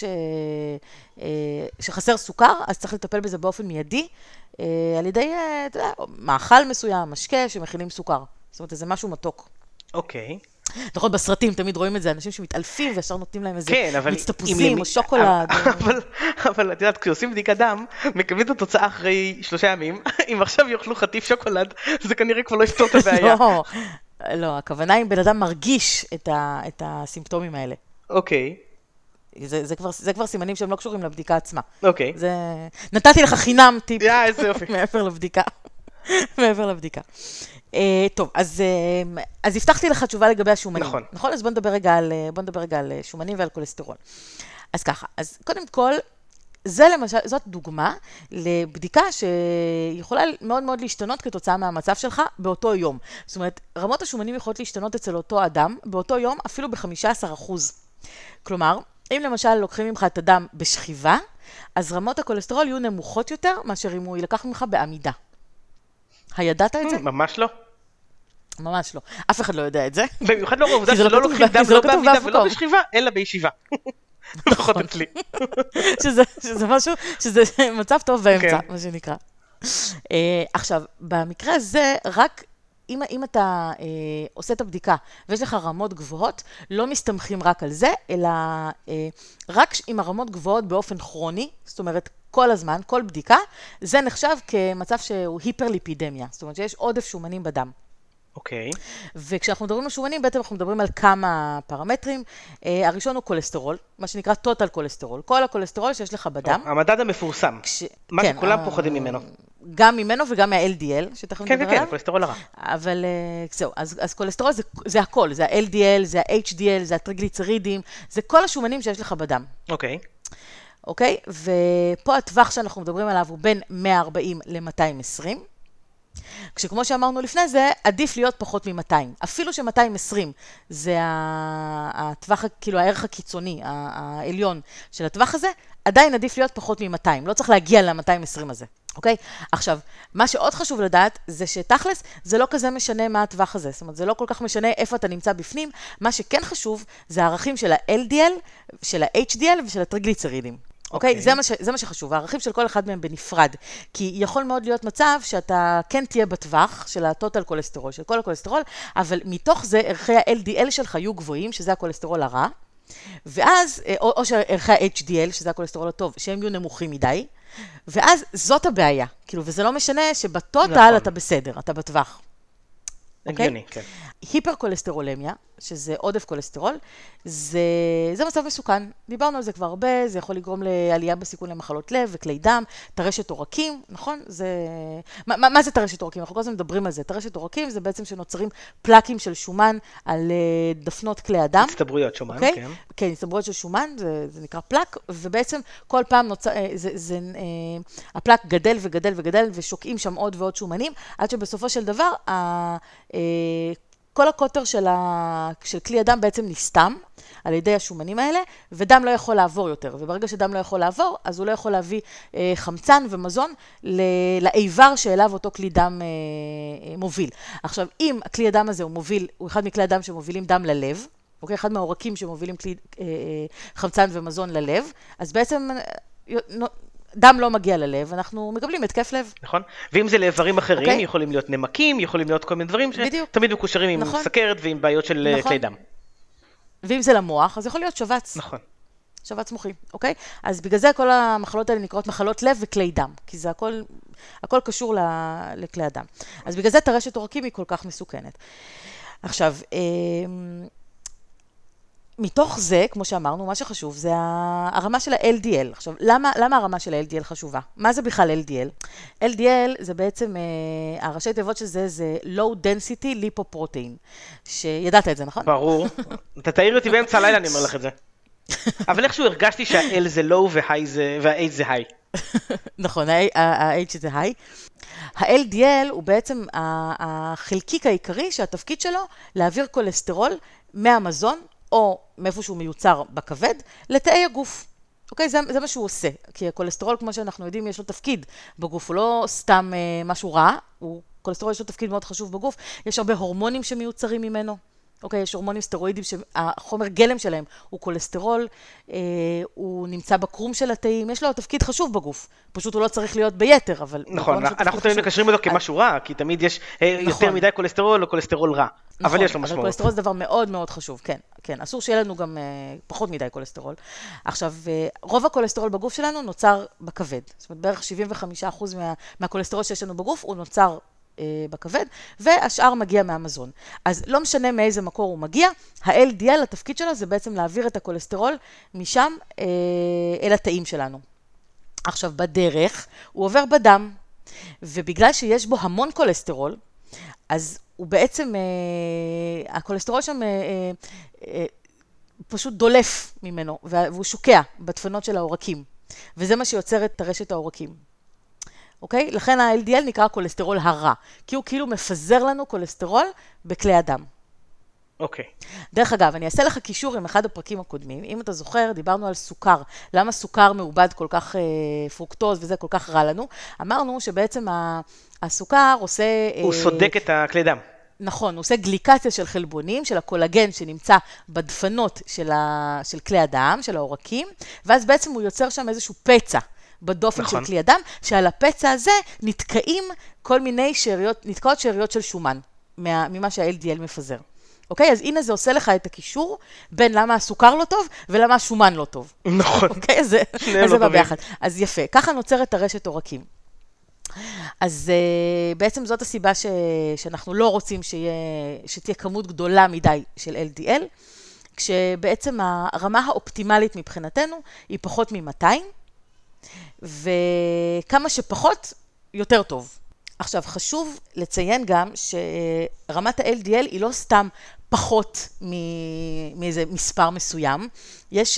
[SPEAKER 2] שחסר סוכר, אז צריך לטפל בזה באופן מיידי, על ידי, אתה יודע, מאכל מסוים, משקה שמכילים סוכר. זאת אומרת, זה משהו מתוק.
[SPEAKER 1] אוקיי.
[SPEAKER 2] נכון, בסרטים תמיד רואים את זה, אנשים שמתעלפים וישר נותנים להם איזה מיץ תפוזים או שוקולד.
[SPEAKER 1] אבל את יודעת, כשעושים בדיקת דם, מקבלים את התוצאה אחרי 3 ימים, אם עכשיו יאכלו חטיף שוקולד, זה כנראה כבר לא יפתור את הבעיה.
[SPEAKER 2] לא, הכוונה אם בן אדם מרגיש את הסימפטומים האלה.
[SPEAKER 1] אוקיי.
[SPEAKER 2] זה כבר סימנים שהם לא קשורים לבדיקה עצמה.
[SPEAKER 1] אוקיי.
[SPEAKER 2] נתתי לך חינם טיפ
[SPEAKER 1] איזה יופי.
[SPEAKER 2] מעבר לבדיקה. מעבר לבדיקה. טוב, אז הבטחתי לך תשובה לגבי השומנים. נכון? אז בוא נדבר רגע על שומנים ועל כולסטרול. אז ככה, אז קודם כל, זאת דוגמה לבדיקה שיכולה מאוד מאוד להשתנות כתוצאה מהמצב שלך באותו יום. זאת אומרת, רמות השומנים יכולות להשתנות אצל אותו אדם באותו יום אפילו ב-15%. כלומר, אם למשל לוקחים ממך את הדם בשכיבה, אז רמות הכולסטרול יהיו נמוכות יותר מאשר אם הוא ילקח ממך בעמידה. הידעת את זה?
[SPEAKER 1] ממש לא.
[SPEAKER 2] ממש לא. אף אחד לא יודע את זה.
[SPEAKER 1] במיוחד לא עובדה שלא לוקחים דם לא בעמידה ולא בשכיבה, אלא בישיבה. לפחות אצלי.
[SPEAKER 2] שזה משהו, שזה מצב טוב באמצע, מה שנקרא. עכשיו, במקרה הזה, רק אם אתה עושה את הבדיקה ויש לך רמות גבוהות, לא מסתמכים רק על זה, אלא רק עם הרמות גבוהות באופן כרוני, זאת אומרת, כל הזמן, כל בדיקה, זה נחשב כמצב שהוא היפרליפידמיה, זאת אומרת שיש עודף שומנים בדם.
[SPEAKER 1] אוקיי.
[SPEAKER 2] וכשאנחנו מדברים על שומנים, בעצם אנחנו מדברים על כמה פרמטרים. הראשון הוא כולסטרול, מה שנקרא טוטל כולסטרול. כל הכולסטרול שיש לך בדם.
[SPEAKER 1] המדד המפורסם. מה שכולם פוחדים ממנו.
[SPEAKER 2] גם ממנו וגם מה-LDL, שתכף נדבר עליו.
[SPEAKER 1] כן, כולסטרול הרע.
[SPEAKER 2] אבל זהו, אז כולסטרול זה הכל, זה ה-LDL, זה ה-HDL, זה הטריגליצרידים, זה כל השומנים שיש לך בדם.
[SPEAKER 1] אוקיי.
[SPEAKER 2] אוקיי? ופה הטווח שאנחנו מדברים עליו הוא בין 140 ל-220. כשכמו שאמרנו לפני זה, עדיף להיות פחות מ-200. אפילו ש-220 זה הטווח, כאילו הערך הקיצוני, העליון של הטווח הזה, עדיין עדיף להיות פחות מ-200. לא צריך להגיע ל-220 הזה. אוקיי? עכשיו, מה שעוד חשוב לדעת זה שתכלס זה לא כזה משנה מה הטווח הזה. זאת אומרת, זה לא כל כך משנה איפה אתה נמצא בפנים. מה שכן חשוב זה הערכים של ה-LDL, של ה-HDL ושל הטריגליצרידים. אוקיי? זה מה שחשוב, הערכים של כל אחד מהם בנפרד. כי יכול מאוד להיות מצב שאתה כן תהיה בטווח של הטוטל כולסטרול, של כל הכולסטרול, אבל מתוך זה ערכי ה-LDL שלך יהיו גבוהים, שזה הכולסטרול הרע, ואז, או שערכי ה-HDL, שזה הכולסטרול הטוב, שהם יהיו נמוכים מדי, ואז זאת הבעיה. כאילו, וזה לא משנה שבטוטל אתה בסדר, אתה בטווח.
[SPEAKER 1] הגיוני, כן.
[SPEAKER 2] היפרקולסטרולמיה, שזה עודף כולסטרול, זה מצב מסוכן. דיברנו על זה כבר הרבה, זה יכול לגרום לעלייה בסיכון למחלות לב וכלי דם, טרשת עורקים, נכון? מה זה טרשת עורקים? אנחנו כל הזמן מדברים על זה. טרשת עורקים זה בעצם שנוצרים פלקים של שומן על דפנות כלי הדם.
[SPEAKER 1] הצטברויות שומן, כן.
[SPEAKER 2] כן, הצטברויות של שומן, זה נקרא פלק, ובעצם כל פעם הפלק גדל וגדל וגדל, ושוקעים שם עוד ועוד שומנים, עד שבסופו של דבר, כל הקוטר של כלי הדם בעצם נסתם על ידי השומנים האלה, ודם לא יכול לעבור יותר. וברגע שדם לא יכול לעבור, אז הוא לא יכול להביא חמצן ומזון לאיבר שאליו אותו כלי דם מוביל. עכשיו, אם הכלי הדם הזה הוא אחד מכלי הדם שמובילים דם ללב, אוקיי? אחד מהעורקים שמובילים חמצן ומזון ללב, אז בעצם דם לא מגיע ללב, אנחנו מקבלים התקף לב.
[SPEAKER 1] נכון, ואם זה לאיברים אחרים, יכולים להיות נמקים, יכולים להיות כל מיני דברים שתמיד מקושרים עם סכרת ועם בעיות של כלי דם.
[SPEAKER 2] ואם זה למוח, אז יכול להיות שבץ.
[SPEAKER 1] נכון.
[SPEAKER 2] שבץ מוחי, אוקיי? אז בגלל זה כל המחלות האלה נקראות מחלות לב וכלי דם, כי זה הכל קשור לכלי הדם. אז בגלל זה טרשת עורקים היא כל כך מסוכנת. עכשיו, מתוך זה, כמו שאמרנו, מה שחשוב זה הרמה של ה-LDL. עכשיו, למה הרמה של ה-LDL חשובה? מה זה בכלל LDL? LDL זה בעצם, הראשי תיבות של זה low density lipoprotein. שידעת את זה, נכון?
[SPEAKER 1] ברור. אתה תעיר אותי באמצע הלילה, אני אומר לך את זה. אבל איכשהו הרגשתי שה-L זה low וה-H זה high.
[SPEAKER 2] נכון, ה-H זה high. ה-LDL הוא בעצם החלקיק העיקרי שהתפקיד שלו להעביר כולסטרול מהמזון, או מאיפה שהוא מיוצר בכבד, לתאי הגוף. אוקיי? זה מה שהוא עושה. כי הכולסטרול, כמו שאנחנו יודעים, יש לו תפקיד בגוף. הוא לא סתם משהו רע, כולסטרול יש לו תפקיד מאוד חשוב בגוף. יש הרבה הורמונים שמיוצרים ממנו. אוקיי, יש הורמונים סטרואידים שהחומר גלם שלהם הוא כולסטרול, הוא נמצא בקרום של התאים, יש לו תפקיד חשוב בגוף. פשוט הוא לא צריך להיות ביתר, אבל...
[SPEAKER 1] נכון, אנחנו תמיד מקשרים אותו כמשהו רע, כי תמיד יש יותר מדי כולסטרול או כולסטרול רע. אבל יש לו משמעות.
[SPEAKER 2] אבל כולסטרול זה דבר מאוד מאוד חשוב, כן. כן, אסור שיהיה לנו גם פחות מדי כולסטרול. עכשיו, רוב הכולסטרול בגוף שלנו נוצר בכבד. זאת אומרת, בערך 75% מהכולסטרול שיש לנו בגוף הוא נוצר בכבד, והשאר מגיע מהמזון. אז לא משנה מאיזה מקור הוא מגיע, ה-LDL, התפקיד שלו זה בעצם להעביר את הכולסטרול משם אל התאים שלנו. עכשיו, בדרך הוא עובר בדם, ובגלל שיש בו המון כולסטרול, אז הוא בעצם, הכולסטרול שם פשוט דולף ממנו, והוא שוקע בדפנות של העורקים, וזה מה שיוצר את טרשת העורקים. אוקיי? לכן ה-LDL נקרא כולסטרול הרע, כי הוא כאילו מפזר לנו כולסטרול בכלי הדם.
[SPEAKER 1] אוקיי.
[SPEAKER 2] דרך אגב, אני אעשה לך קישור עם אחד הפרקים הקודמים. אם אתה זוכר, דיברנו על סוכר. למה סוכר מעובד כל כך פרוקטוז וזה כל כך רע לנו? אמרנו שבעצם הסוכר עושה...
[SPEAKER 1] הוא סודק את הכלי דם.
[SPEAKER 2] נכון, הוא עושה גליקציה של חלבונים, של הקולגן שנמצא בדפנות של כלי הדם, של העורקים, ואז בעצם הוא יוצר שם איזשהו פצע בדופן
[SPEAKER 1] נכון.
[SPEAKER 2] של כלי הדם, שעל הפצע הזה נתקעים כל מיני שאריות, נתקעות שאריות של שומן, ממה שה-LDL מפזר. אוקיי? אז הנה זה עושה לך את הקישור בין למה הסוכר לא טוב ולמה השומן לא טוב.
[SPEAKER 1] נכון.
[SPEAKER 2] אוקיי? אז זה בא ביחד. אז יפה. ככה נוצרת הרשת עורקים. אז בעצם זאת הסיבה שאנחנו לא רוצים שתהיה כמות גדולה מדי של LDL, כשבעצם הרמה האופטימלית מבחינתנו היא פחות מ-200, וכמה שפחות יותר טוב. עכשיו, חשוב לציין גם שרמת ה-LDL היא לא סתם פחות מאיזה מספר מסוים. יש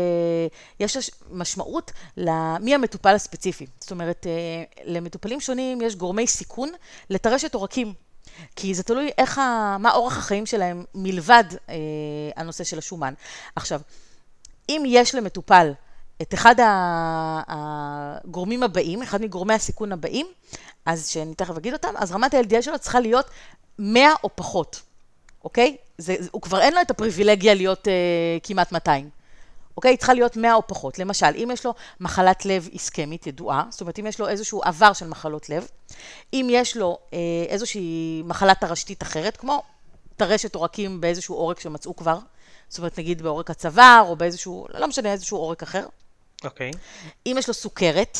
[SPEAKER 2] משמעות למי המטופל הספציפי. זאת אומרת, למטופלים שונים יש גורמי סיכון לטרשת עורקים. כי זה תלוי מה אורח החיים שלהם מלבד הנושא של השומן. עכשיו, אם יש למטופל את אחד הגורמים הבאים, אחד מגורמי הסיכון הבאים, אז שאני תכף אגיד אותם, אז רמת ה-LDL שלו צריכה להיות 100 או פחות, אוקיי? הוא כבר אין לו את הפריבילגיה להיות כמעט 200, אוקיי? צריכה להיות 100 או פחות. למשל, אם יש לו מחלת לב איסקמית ידועה, זאת אומרת, אם יש לו איזשהו עבר של מחלות לב, אם יש לו איזושהי מחלה תרשתית אחרת, כמו טרשת עורקים באיזשהו עורק שמצאו כבר, זאת אומרת, נגיד בעורק הצוואר, או באיזשהו, לא משנה, איזשהו עורק אחר.
[SPEAKER 1] אוקיי.
[SPEAKER 2] אם יש לו סוכרת,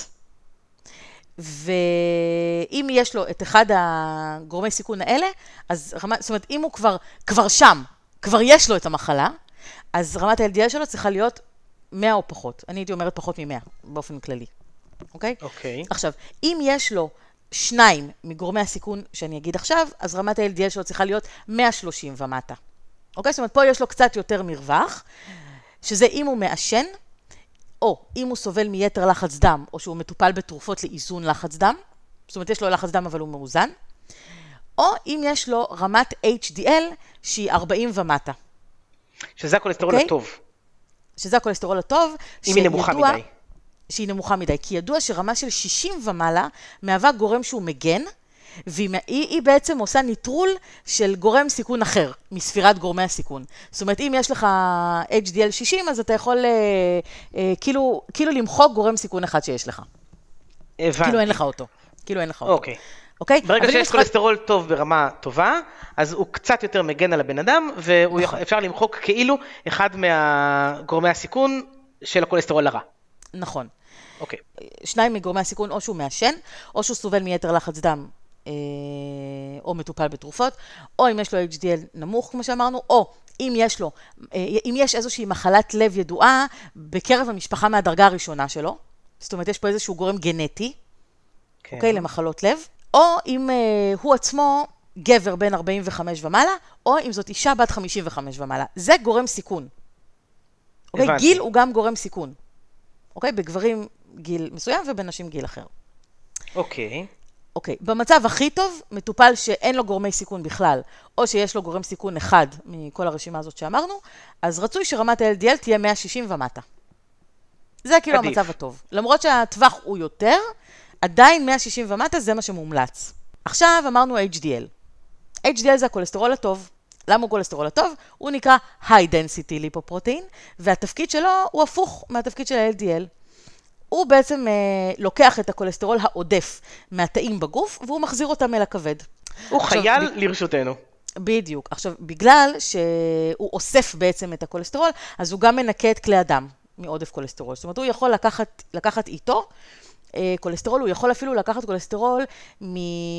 [SPEAKER 2] ואם יש לו את אחד הגורמי סיכון האלה, אז זאת אומרת, אם הוא כבר שם, כבר יש לו את המחלה, אז רמת ה-LDL שלו צריכה להיות 100 או פחות. אני הייתי אומרת פחות מ-100, באופן כללי. אוקיי?
[SPEAKER 1] אוקיי.
[SPEAKER 2] עכשיו, אם יש לו 2 מגורמי הסיכון שאני אגיד עכשיו, אז רמת ה-LDL שלו צריכה להיות 130 ומטה. אוקיי? זאת אומרת, פה יש לו קצת יותר מרווח, שזה אם הוא מעשן, או אם הוא סובל מיתר לחץ דם, או שהוא מטופל בתרופות לאיזון לחץ דם, זאת אומרת, יש לו לחץ דם אבל הוא מאוזן, או אם יש לו רמת HDL שהיא 40 ומטה.
[SPEAKER 1] שזה הכולסטרול הטוב. שזה
[SPEAKER 2] הכולסטרול הטוב.
[SPEAKER 1] אם היא נמוכה מדי.
[SPEAKER 2] שהיא נמוכה מדי, כי ידוע שרמה של 60 ומעלה מהווה גורם שהוא מגן, והיא בעצם עושה ניטרול של גורם סיכון אחר, מספירת גורמי הסיכון. זאת אומרת, אם יש לך HDL 60, אז אתה יכול כאילו למחוק גורם סיכון אחד שיש לך.
[SPEAKER 1] הבנתי.
[SPEAKER 2] כאילו אין לך אותו.
[SPEAKER 1] אוקיי.
[SPEAKER 2] אוקיי?
[SPEAKER 1] ברגע שיש כולסטרול טוב ברמה טובה, אז הוא קצת יותר מגן על הבן אדם, ואפשר למחוק כאילו אחד מהגורמי הסיכון של הכולסטרול הרע.
[SPEAKER 2] נכון.
[SPEAKER 1] אוקיי.
[SPEAKER 2] 2 מגורמי הסיכון, או שהוא מעשן, או שהוא סובל מיתר לחץ דם, או מטופל בתרופות, או אם יש לו HDL נמוך, כמו שאמרנו, או אם יש איזושהי מחלת לב ידועה בקרב המשפחה מהדרגה הראשונה שלו, זאת אומרת, יש פה איזשהו גורם גנטי,
[SPEAKER 1] כן.
[SPEAKER 2] אוקיי, למחלות לב, או אם הוא עצמו גבר בן 45 ומעלה, או אם זאת אישה בת 55 ומעלה. זה גורם סיכון. אוקיי, גיל הוא גם גורם סיכון. אוקיי, בגברים גיל מסוים ובנשים גיל אחר.
[SPEAKER 1] אוקיי.
[SPEAKER 2] אוקיי, במצב הכי טוב, מטופל שאין לו גורמי סיכון בכלל, או שיש לו גורם סיכון אחד מכל הרשימה הזאת שאמרנו, אז רצוי שרמת ה-LDL תהיה 160 ומטה. זה כאילו
[SPEAKER 1] עדיף.
[SPEAKER 2] המצב הטוב. למרות שהטווח הוא יותר, עדיין 160 ומטה זה מה שמומלץ. עכשיו אמרנו HDL. HDL זה הכולסטרול הטוב. למה הוא כולסטרול הטוב? הוא נקרא High Density Lipoprotein, והתפקיד שלו הוא הפוך מהתפקיד של ה-LDL. הוא בעצם לוקח את הכולסטרול העודף מהתאים בגוף, והוא מחזיר אותם אל הכבד.
[SPEAKER 1] הוא חייל לרשותנו.
[SPEAKER 2] בדיוק. עכשיו, בגלל שהוא אוסף בעצם את הכולסטרול, אז הוא גם מנקה את כלי הדם מעודף כולסטרול. זאת אומרת, הוא יכול לקחת איתו כולסטרול, הוא יכול אפילו לקחת כולסטרול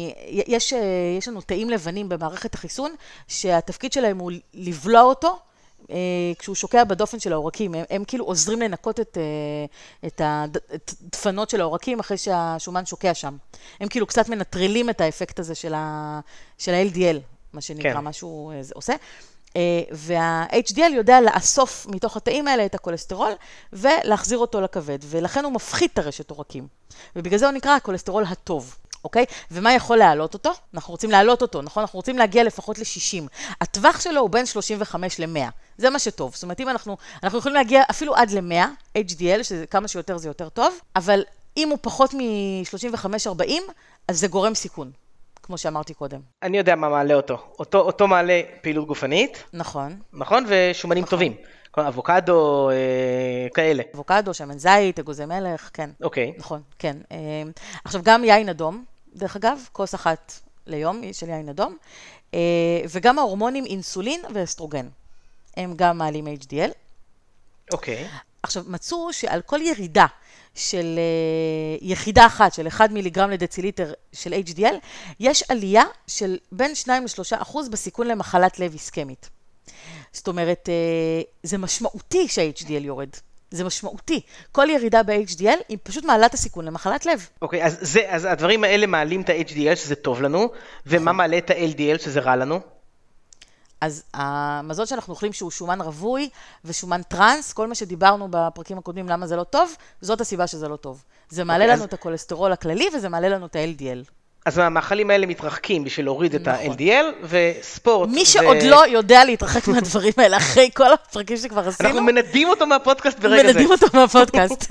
[SPEAKER 2] יש לנו תאים לבנים במערכת החיסון, שהתפקיד שלהם הוא לבלוע אותו כשהוא שוקע בדופן של העורקים, הם כאילו עוזרים לנקות את הדפנות של העורקים אחרי שהשומן שוקע שם. הם כאילו קצת מנטרלים את האפקט הזה של ה-LDL, מה שנקרא,
[SPEAKER 1] כן.
[SPEAKER 2] מה שהוא עושה. וה-HDL יודע לאסוף מתוך התאים האלה את הכולסטרול, ולהחזיר אותו לכבד, ולכן הוא מפחית את הרשת עורקים. ובגלל זה הוא נקרא הכולסטרול הטוב. אוקיי? ומה יכול להעלות אותו? אנחנו רוצים להעלות אותו, נכון? אנחנו רוצים להגיע לפחות ל-60. הטווח שלו הוא בין 35 ל-100. זה מה שטוב. זאת אומרת, אם אנחנו יכולים להגיע אפילו עד ל-100, HDL, שכמה שיותר זה יותר טוב, אבל אם הוא פחות מ-35-40, אז זה גורם סיכון, כמו שאמרתי קודם.
[SPEAKER 1] אני יודע מה מעלה אותו. אותו מעלה פעילות גופנית.
[SPEAKER 2] נכון.
[SPEAKER 1] נכון? ושומנים טובים. אבוקדו, כאלה.
[SPEAKER 2] אבוקדו, שמן זית, אגוזי מלך, כן.
[SPEAKER 1] אוקיי.
[SPEAKER 2] נכון, כן. עכשיו, גם יין אדום, דרך אגב, כוס אחת ליום של יין אדום, וגם ההורמונים אינסולין ואסטרוגן, הם גם מעלים HDL.
[SPEAKER 1] אוקיי.
[SPEAKER 2] עכשיו, מצאו שעל כל ירידה של יחידה אחת, של 1 מיליגרם לדציליטר של HDL, יש עלייה של בין 2-3% בסיכון למחלת לב איסקמית. זאת אומרת, זה משמעותי שה-HDL יורד. זה משמעותי. כל ירידה ב-HDL היא פשוט מעלה את הסיכון למחלת לב.
[SPEAKER 1] אוקיי, אז הדברים האלה מעלים את ה-HDL, שזה טוב לנו, ומה מעלה את ה-LDL, שזה רע לנו?
[SPEAKER 2] אז המזון שאנחנו אוכלים שהוא שומן רווי ושומן טרנס, כל מה שדיברנו בפרקים הקודמים למה זה לא טוב, זאת הסיבה שזה לא טוב. זה מעלה לנו את הכולסטרול הכללי וזה מעלה לנו את ה-LDL.
[SPEAKER 1] אז המאכלים האלה מתרחקים בשביל להוריד את ה-LDL, וספורט.
[SPEAKER 2] מי שעוד לא יודע להתרחק מהדברים האלה, אחרי כל הפרקים שכבר עשינו.
[SPEAKER 1] אנחנו מנדים אותו מהפודקאסט ברגע זה.
[SPEAKER 2] מנדים אותו מהפודקאסט.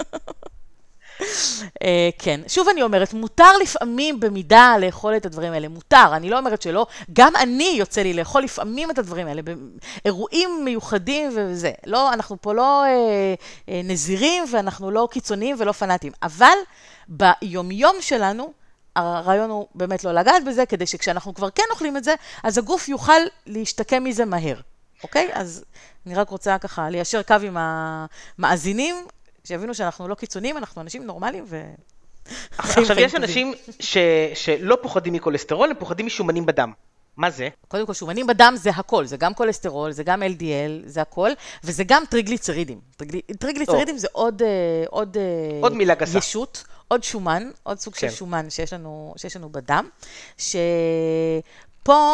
[SPEAKER 2] כן, שוב אני אומרת, מותר לפעמים במידה לאכול את הדברים האלה, מותר, אני לא אומרת שלא, גם אני יוצא לי לאכול לפעמים את הדברים האלה, באירועים מיוחדים וזה, לא, אנחנו פה לא נזירים ואנחנו לא קיצוניים ולא פנאטים, אבל ביומיום שלנו, הרעיון הוא באמת לא לגעת בזה, כדי שכשאנחנו כבר כן אוכלים את זה, אז הגוף יוכל להשתקם מזה מהר, אוקיי? אז אני רק רוצה ככה ליישר קו עם המאזינים, שיבינו שאנחנו לא קיצוניים, אנחנו אנשים נורמליים ו...
[SPEAKER 1] עכשיו יש אנשים שלא פוחדים מקולסטרול, הם פוחדים משומנים בדם. מה זה?
[SPEAKER 2] קודם כל, שומנים בדם זה הכל, זה גם קולסטרול, זה גם LDL, זה הכל, וזה גם טריגליצרידים. טריגליצרידים זה עוד
[SPEAKER 1] מילה גסה.
[SPEAKER 2] ישות, עוד שומן, עוד סוג של שומן שיש לנו בדם, פה,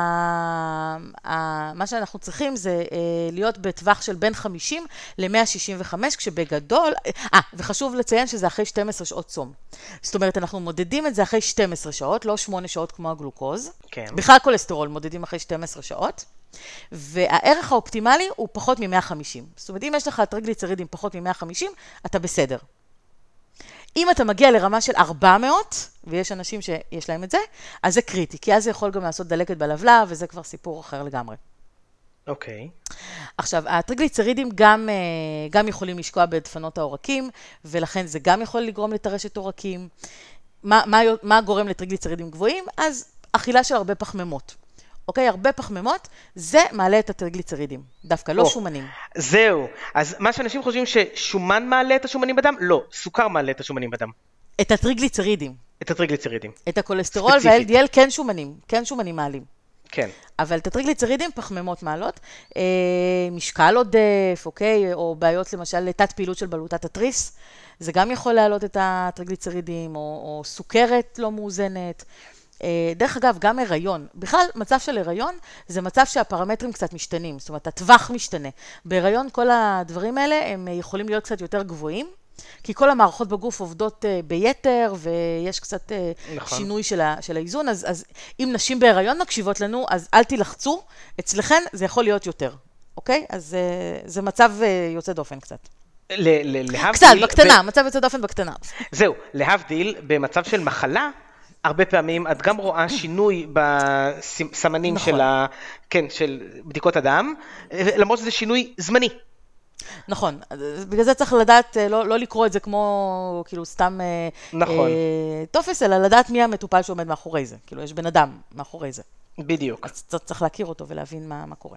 [SPEAKER 2] מה שאנחנו צריכים זה להיות בטווח של בין 50 ל-165, כשבגדול, וחשוב לציין שזה אחרי 12 שעות צום. זאת אומרת, אנחנו מודדים את זה אחרי 12 שעות, לא 8 שעות כמו הגלוקוז.
[SPEAKER 1] כן.
[SPEAKER 2] בכלל קולסטרול מודדים אחרי 12 שעות, והערך האופטימלי הוא פחות מ-150. זאת אומרת, אם יש לך טריגליצרידים פחות מ-150, אתה בסדר. אם אתה מגיע לרמה של 400, ויש אנשים שיש להם את זה, אז זה קריטי, כי אז זה יכול גם לעשות דלקת בלבלב, וזה כבר סיפור אחר לגמרי.
[SPEAKER 1] אוקיי.
[SPEAKER 2] עכשיו, הטריגליצרידים גם יכולים לשקוע בדפנות העורקים, ולכן זה גם יכול לגרום לטרשת עורקים. מה גורם לטריגליצרידים גבוהים? אז אכילה של הרבה פחמימות. אוקיי, הרבה פחמימות, זה מעלה את הטריגליצרידים, דווקא לא שומנים.
[SPEAKER 1] זהו, אז מה שאנשים חושבים ששומן מעלה את השומנים בדם? לא, סוכר מעלה את השומנים בדם.
[SPEAKER 2] את הטריגליצרידים.
[SPEAKER 1] את הטריגליצרידים.
[SPEAKER 2] את הכולסטרול וה-LDL כן שומנים מעלים.
[SPEAKER 1] כן.
[SPEAKER 2] אבל את הטריגליצרידים פחמימות מעלות, משקל עודף, אוקיי, או בעיות למשל לתת פעילות של בלוטת התריס, זה גם יכול להעלות את הטריגליצרידים, או סוכרת לא מאוזנת. דרך אגב, גם הריון. בכלל, מצב של הריון זה מצב שהפרמטרים קצת משתנים, זאת אומרת, הטווח משתנה. בהיריון כל הדברים האלה הם יכולים להיות קצת יותר גבוהים, כי כל המערכות בגוף עובדות ביתר, ויש קצת שינוי של האיזון, אז אם נשים בהיריון מקשיבות לנו, אז אל תלחצו, אצלכן זה יכול להיות יותר, אוקיי? אז זה מצב יוצא דופן קצת. קצת, בקטנה, מצב יוצא דופן בקטנה.
[SPEAKER 1] זהו, להבדיל, במצב של מחלה, הרבה פעמים את גם רואה שינוי בסמנים של בדיקות הדם, למרות שזה שינוי זמני.
[SPEAKER 2] נכון, בגלל זה צריך לדעת, לא לקרוא את זה כמו כאילו סתם תופס, אלא לדעת מי המטופל שעומד מאחורי זה. כאילו יש בן אדם מאחורי זה.
[SPEAKER 1] בדיוק.
[SPEAKER 2] אז צריך להכיר אותו ולהבין מה קורה.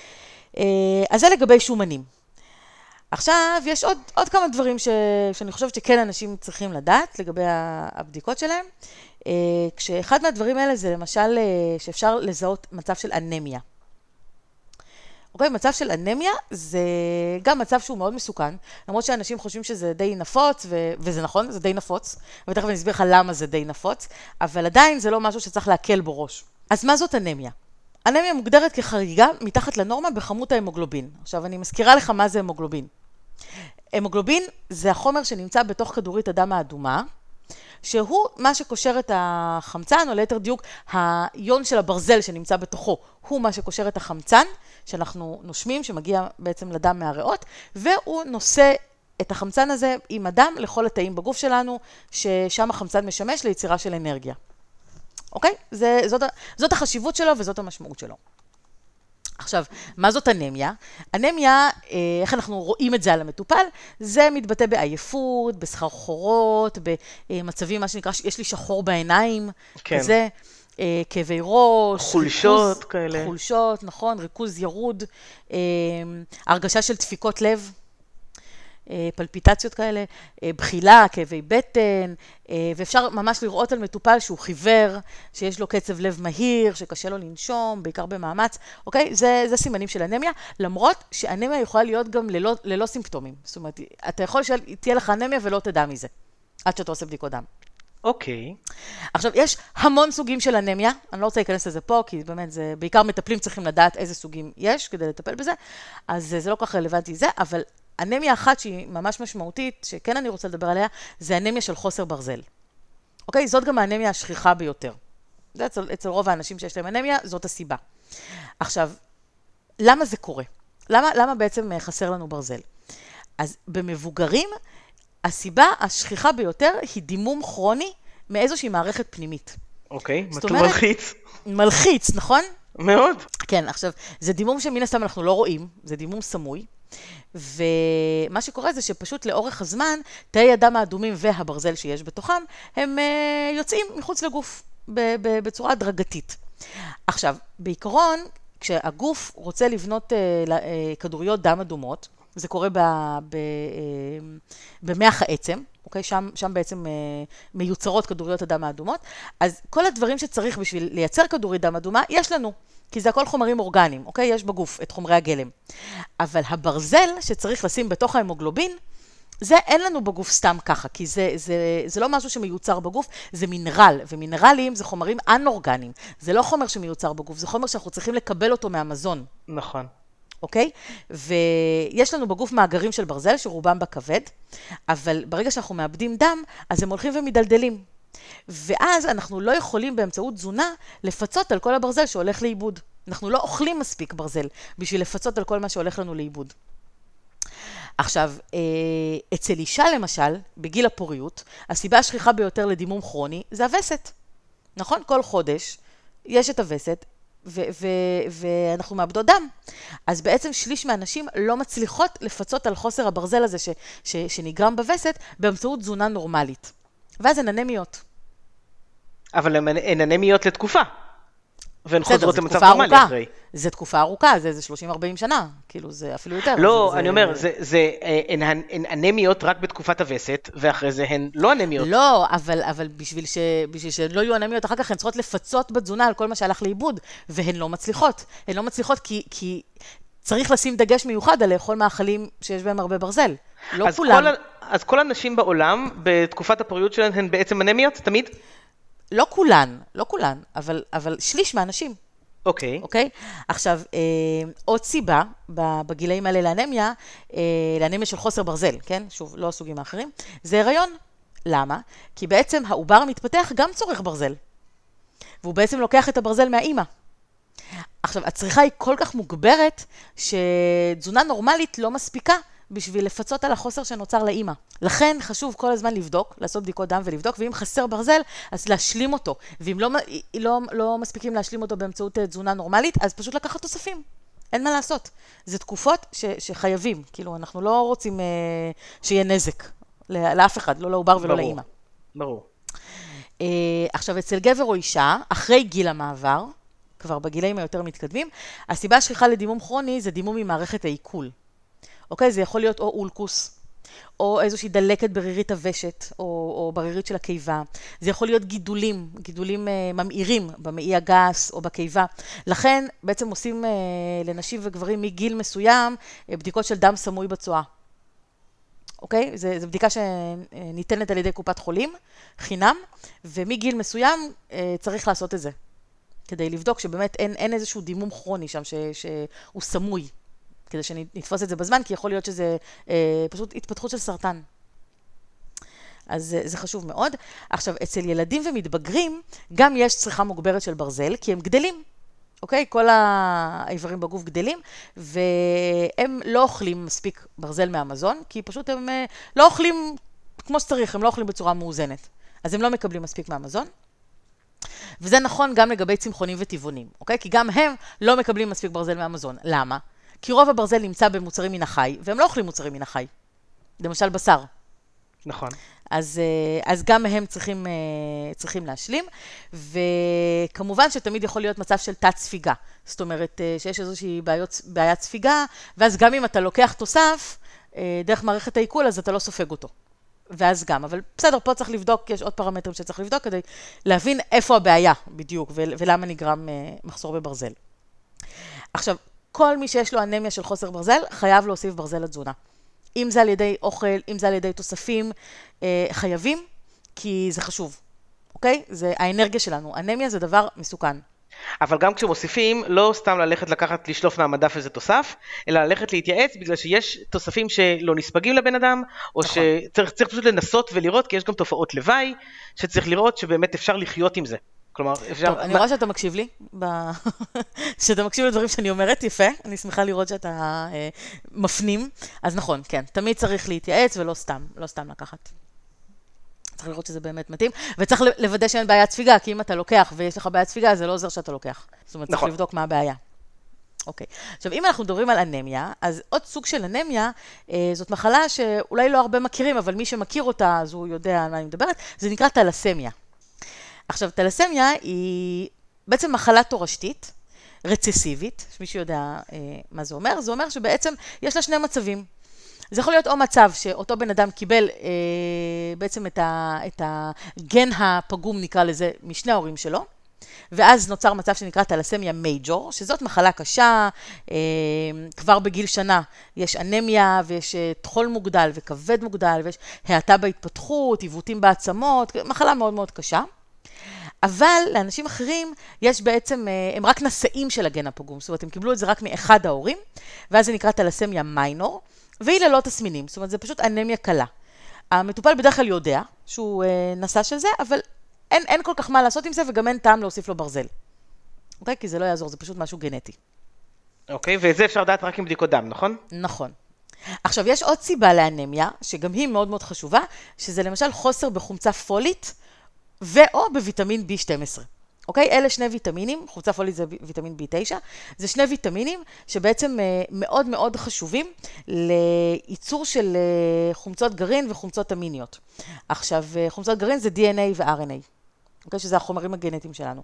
[SPEAKER 2] אז זה לגבי שומנים. עכשיו, יש עוד כמה דברים שאני חושבת שכן אנשים צריכים לדעת לגבי הבדיקות שלהם. כשאחד מהדברים האלה זה למשל שאפשר לזהות מצב של אנמיה. אוקיי, מצב של אנמיה זה גם מצב שהוא מאוד מסוכן, למרות שאנשים חושבים שזה די נפוץ, וזה נכון, זה די נפוץ, ותכף אני אסביר לך למה זה די נפוץ, אבל עדיין זה לא משהו שצריך להקל בו ראש. אז מה זאת אנמיה? אנמיה מוגדרת כחריגה מתחת לנורמה בכמות ההמוגלובין. עכשיו אני מזכירה לך מה זה המוגלובין. המוגלובין זה החומר שנמצא בתוך כדורית הדם האדומה, שהוא מה שקושר את החמצן, או ליתר דיוק, היון של הברזל שנמצא בתוכו, הוא מה שקושר את החמצן, שאנחנו נושמים, שמגיע בעצם לדם מהריאות, והוא נושא את החמצן הזה עם הדם לכל התאים בגוף שלנו, ששם החמצן משמש ליצירה של אנרגיה. אוקיי? זאת החשיבות שלו וזאת המשמעות שלו. עכשיו, מה זאת אנמיה? אנמיה, איך אנחנו רואים את זה על המטופל? זה מתבטא בעייפות, בסחרחורות, במצבים, מה שנקרא, יש לי שחור בעיניים,
[SPEAKER 1] כן.
[SPEAKER 2] כזה, כאבי ראש,
[SPEAKER 1] חולשות כאלה.
[SPEAKER 2] חולשות, נכון, ריכוז ירוד, הרגשה של דפיקות לב, פלפיטציות כאלה, בחילה, כאבי בטן, ואפשר ממש לראות על מטופל שהוא חיוור, שיש לו קצב לב מהיר, שקשה לו לנשום, בעיקר במאמץ, אוקיי? זה סימנים של אנמיה, למרות שאנמיה יכולה להיות גם ללא סימפטומים. זאת אומרת, אתה יכול שתהיה לך אנמיה ולא תדע מזה, עד שאתה עושה בדיקות דם.
[SPEAKER 1] אוקיי.
[SPEAKER 2] עכשיו, יש המון סוגים של אנמיה, אני לא רוצה להיכנס לזה פה, כי באמת זה, בעיקר מטפלים צריכים לדעת איזה סוגים יש כדי לטפל בזה, אז זה לא כל כך רלוונטי זה, אבל אנמיה אחת שהיא ממש משמעותית, שכן אני רוצה לדבר עליה, זה אנמיה של חוסר ברזל. אוקיי? זאת גם האנמיה השכיחה ביותר. זה אצל רוב האנשים שיש להם אנמיה, זאת הסיבה. עכשיו, למה זה קורה? למה בעצם חסר לנו ברזל? אז במבוגרים, הסיבה השכיחה ביותר היא דימום כרוני מאיזושהי מערכת פנימית.
[SPEAKER 1] אוקיי, מלחיץ.
[SPEAKER 2] מלחיץ, נכון?
[SPEAKER 1] מאוד.
[SPEAKER 2] כן, עכשיו, זה דימום שמן הסתם אנחנו לא רואים, זה דימום סמוי, ומה שקורה זה שפשוט לאורך הזמן, תאי הדם האדומים והברזל שיש בתוכם, הם יוצאים מחוץ לגוף בצורה הדרגתית. עכשיו, בעיקרון, כשהגוף רוצה לבנות כדוריות דם אדומות, זה קורה במח העצם, אוקיי? שם בעצם מיוצרות כדוריות הדם האדומות, אז כל הדברים שצריך בשביל לייצר כדורית דם אדומה, יש לנו. כי זה הכל חומרים אורגניים, אוקיי? יש בגוף את חומרי הגלם. אבל הברזל שצריך לשים בתוך ההמוגלובין, זה אין לנו בגוף סתם ככה, כי זה לא משהו שמיוצר בגוף, זה מינרל, ומינרלים זה חומרים אנאורגניים. זה לא חומר שמיוצר בגוף, זה חומר שאנחנו צריכים לקבל אותו מהמזון.
[SPEAKER 1] נכון.
[SPEAKER 2] אוקיי? ויש לנו בגוף מאגרים של ברזל, שרובם בכבד, אבל ברגע שאנחנו מאבדים דם, אז הם הולכים ומדלדלים. ואז אנחנו לא יכולים באמצעות תזונה לפצות על כל הברזל שהולך לאיבוד. אנחנו לא אוכלים מספיק ברזל בשביל לפצות על כל מה שהולך לנו לאיבוד. עכשיו, אצל אישה למשל, בגיל הפוריות, הסיבה השכיחה ביותר לדימום כרוני זה הווסת. נכון? כל חודש יש את הווסת, ואנחנו מאבדות דם. אז בעצם שליש מהנשים לא מצליחות לפצות על חוסר הברזל הזה שנגרם בווסת באמצעות תזונה נורמלית. ואז הן אנמיות.
[SPEAKER 1] אבל הן אנמיות לתקופה. והן חוזרות למצב נורמלי אחרי.
[SPEAKER 2] זה תקופה ארוכה, זה 30-40 שנה. כאילו זה אפילו יותר.
[SPEAKER 1] לא, אני אומר, הן אנמיות רק בתקופת הווסת, ואחרי זה הן לא אנמיות.
[SPEAKER 2] לא, אבל בשביל שהן לא יהיו אנמיות, אחר כך הן צריכות לפצות בתזונה על כל מה שהלך לאיבוד, והן לא מצליחות. הן לא מצליחות כי צריך לשים דגש מיוחד על לאכול מאכלים שיש בהם הרבה ברזל. לא כולם.
[SPEAKER 1] אז כל הנשים בעולם, בתקופת הפוריות שלהן, הן בעצם אנמיות, תמיד?
[SPEAKER 2] לא כולן, אבל שליש מהנשים.
[SPEAKER 1] אוקיי.
[SPEAKER 2] אוקיי? עכשיו, עוד סיבה בגילאים האלה לאנמיה, לאנמיה של חוסר ברזל, כן? שוב, לא הסוגים האחרים, זה הריון. למה? כי בעצם העובר המתפתח גם צורך ברזל. והוא בעצם לוקח את הברזל מהאימא. עכשיו, הצריכה היא כל כך מוגברת, שתזונה נורמלית לא מספיקה בשביל לפצות על החוסר שנוצר לאימא. לכן חשוב כל הזמן לבדוק, לעשות בדיקות דם ולבדוק, ואם חסר ברזל, אז להשלים אותו. ואם לא מספיקים להשלים אותו באמצעות תזונה נורמלית, אז פשוט לקחת תוספים. אין מה לעשות. זה תקופות שחייבים. כאילו, אנחנו לא רוצים שיהיה נזק לאף אחד, לא לעובר ולא לאימא.
[SPEAKER 1] ברור.
[SPEAKER 2] עכשיו, אצל גבר או אישה, אחרי גיל המעבר, כבר בגילאים היותר מתקדמים, הסיבה השכיחה לדימום כרוני זה דימום ממערכת העיכול. אוקיי? זה יכול להיות או אולקוס, או איזושהי דלקת ברירית הוושת, או ברירית של הקיבה. זה יכול להיות גידולים ממאירים במעי הגס או בקיבה. לכן בעצם עושים לנשים וגברים מגיל מסוים בדיקות של דם סמוי בצואה. אוקיי? זו בדיקה שניתנת על ידי קופת חולים, חינם, ומגיל מסוים צריך לעשות את זה. כדי לבדוק שבאמת אין איזשהו דימום כרוני שם שהוא סמוי. כדי שנתפוס את זה בזמן, כי יכול להיות שזה פשוט התפתחות של סרטן. אז זה חשוב מאוד. עכשיו, אצל ילדים ומתבגרים, גם יש צריכה מוגברת של ברזל, כי הם גדלים. אוקיי? כל האיברים בגוף גדלים, והם לא אוכלים מספיק ברזל מהמזון, כי פשוט הם לא אוכלים כמו שצריך, הם לא אוכלים בצורה מאוזנת. אז הם לא מקבלים מספיק מהמזון. וזה נכון גם לגבי צמחונים וטבעונים, אוקיי? כי גם הם לא מקבלים מספיק ברזל מהמזון. למה? כי רוב הברזל נמצא במוצרים מן החי, והם לא אוכלים מוצרים מן החי. למשל בשר.
[SPEAKER 1] נכון.
[SPEAKER 2] אז גם הם צריכים להשלים, וכמובן שתמיד יכול להיות מצב של תת ספיגה. זאת אומרת שיש איזושהי בעיית ספיגה, ואז גם אם אתה לוקח תוסף דרך מערכת העיכול, אז אתה לא סופג אותו. ואז גם, אבל בסדר, פה צריך לבדוק, יש עוד פרמטרים שצריך לבדוק כדי להבין איפה הבעיה בדיוק, ולמה נגרם מחסור בברזל. עכשיו, כל מי שיש לו אנמיה של חוסר ברזל, חייב להוסיף ברזל לתזונה. אם זה על ידי אוכל, אם זה על ידי תוספים, חייבים, כי זה חשוב, אוקיי? זה האנרגיה שלנו. אנמיה זה דבר מסוכן.
[SPEAKER 1] אבל גם כשמוסיפים, לא סתם ללכת לשלוף מהמדף איזה תוסף, אלא ללכת להתייעץ, בגלל שיש תוספים שלא נספגים לבן אדם, או נכון. שצריך פשוט לנסות ולראות, כי יש גם תופעות לוואי, שצריך לראות שבאמת אפשר לחיות עם זה. כלומר, אפשר...
[SPEAKER 2] טוב, אני רואה שאתה מקשיב לי, שאתה מקשיב לדברים שאני אומרת, יפה, אני שמחה לראות שאתה מפנים, אז נכון, כן, תמיד צריך להתייעץ ולא סתם לקחת. צריך לראות שזה באמת מתאים, וצריך לוודא שאין בעיית ספיגה, כי אם אתה לוקח ויש לך בעיית ספיגה, זה לא עוזר שאתה לוקח. זאת אומרת, צריך לבדוק מה הבעיה. אוקיי. עכשיו, אם אנחנו מדברים על אנמיה, אז עוד סוג של אנמיה, זאת מחלה שאולי לא הרבה מכירים, אבל מי שמכיר אותה, אז הוא יודע על מה אני מדברת, זה נקרא תלסמיה. עכשיו, תלסמיה היא בעצם מחלה תורשתית, רצסיבית, שמישהו יודע מה זה אומר, זה אומר שבעצם יש לה שני מצבים. זה יכול להיות או מצב שאותו בן אדם קיבל בעצם את הגן הפגום, נקרא לזה, משני ההורים שלו, ואז נוצר מצב שנקרא תלסמיה מייג'ור, שזאת מחלה קשה, כבר בגיל שנה יש אנמיה ויש תחול מוגדל וכבד מוגדל, ויש האטה בהתפתחות, עיוותים בעצמות, מחלה מאוד מאוד קשה. אבל לאנשים אחרים יש בעצם, הם רק נשאים של הגן הפגום, זאת אומרת, הם קיבלו את זה רק מאחד ההורים, ואז זה נקרא תלסמיה מיינור, והיא ללא תסמינים, זאת אומרת, זה פשוט אנמיה קלה. המטופל בדרך כלל יודע שהוא נשא של זה, אבל אין כל כך מה לעשות עם זה, וגם אין טעם להוסיף לו ברזל. אוקיי? כי זה לא יעזור, זה פשוט משהו גנטי.
[SPEAKER 1] אוקיי, וזה אפשר לדעת רק עם בדיקות דם, נכון?
[SPEAKER 2] נכון. עכשיו, יש עוד סיבה לאנמיה, שגם היא מאוד מאוד חשובה, שזה למשל חוסר בחומצה פולית, ואו בוויטמין B12. אוקיי? אלה שני ויטמינים, חומצה פולית זה ויטמין B9, זה שני ויטמינים שבעצם מאוד מאוד חשובים לייצור של חומצות גרעין וחומצות אמיניות. עכשיו, חומצות גרעין זה DNA ו-RNA, אוקיי? שזה החומרים הגנטיים שלנו.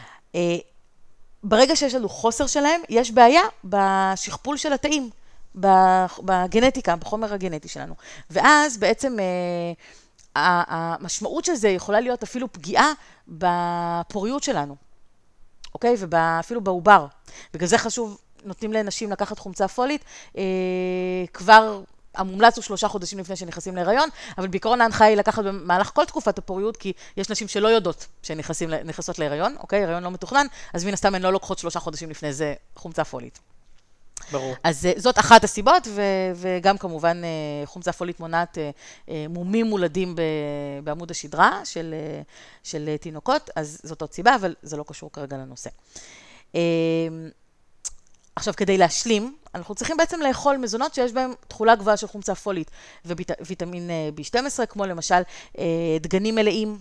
[SPEAKER 2] ברגע שיש לנו חוסר שלהם, יש בעיה בשכפול של התאים, בגנטיקה, בחומר הגנטי שלנו. ואז בעצם המשמעות של זה יכולה להיות אפילו פגיעה בפוריות שלנו, אוקיי? ואפילו בעובר. בגלל זה חשוב, נותנים לנשים לקחת חומצה פולית, כבר המומלץ הוא 3 חודשים לפני שנכנסים להיריון, אבל בעיקרון ההנחה היא לקחת במהלך כל תקופת הפוריות, כי יש נשים שלא יודעות שהן נכנסות להיריון, אוקיי? הריון לא מתוכנן, אז מן הסתם הן לא לוקחות 3 חודשים לפני זה חומצה פולית.
[SPEAKER 1] ברור.
[SPEAKER 2] אז זאת אחת הסיבות, וגם כמובן חומצה פולית מונעת מומים מולדים בעמוד השדרה של תינוקות, אז זאת עוד סיבה, אבל זה לא קשור כרגע לנושא. עכשיו, כדי להשלים, אנחנו צריכים בעצם לאכול מזונות שיש בהם תכולה גבוהה של חומצה פולית וויטמין B12, כמו למשל דגנים מלאים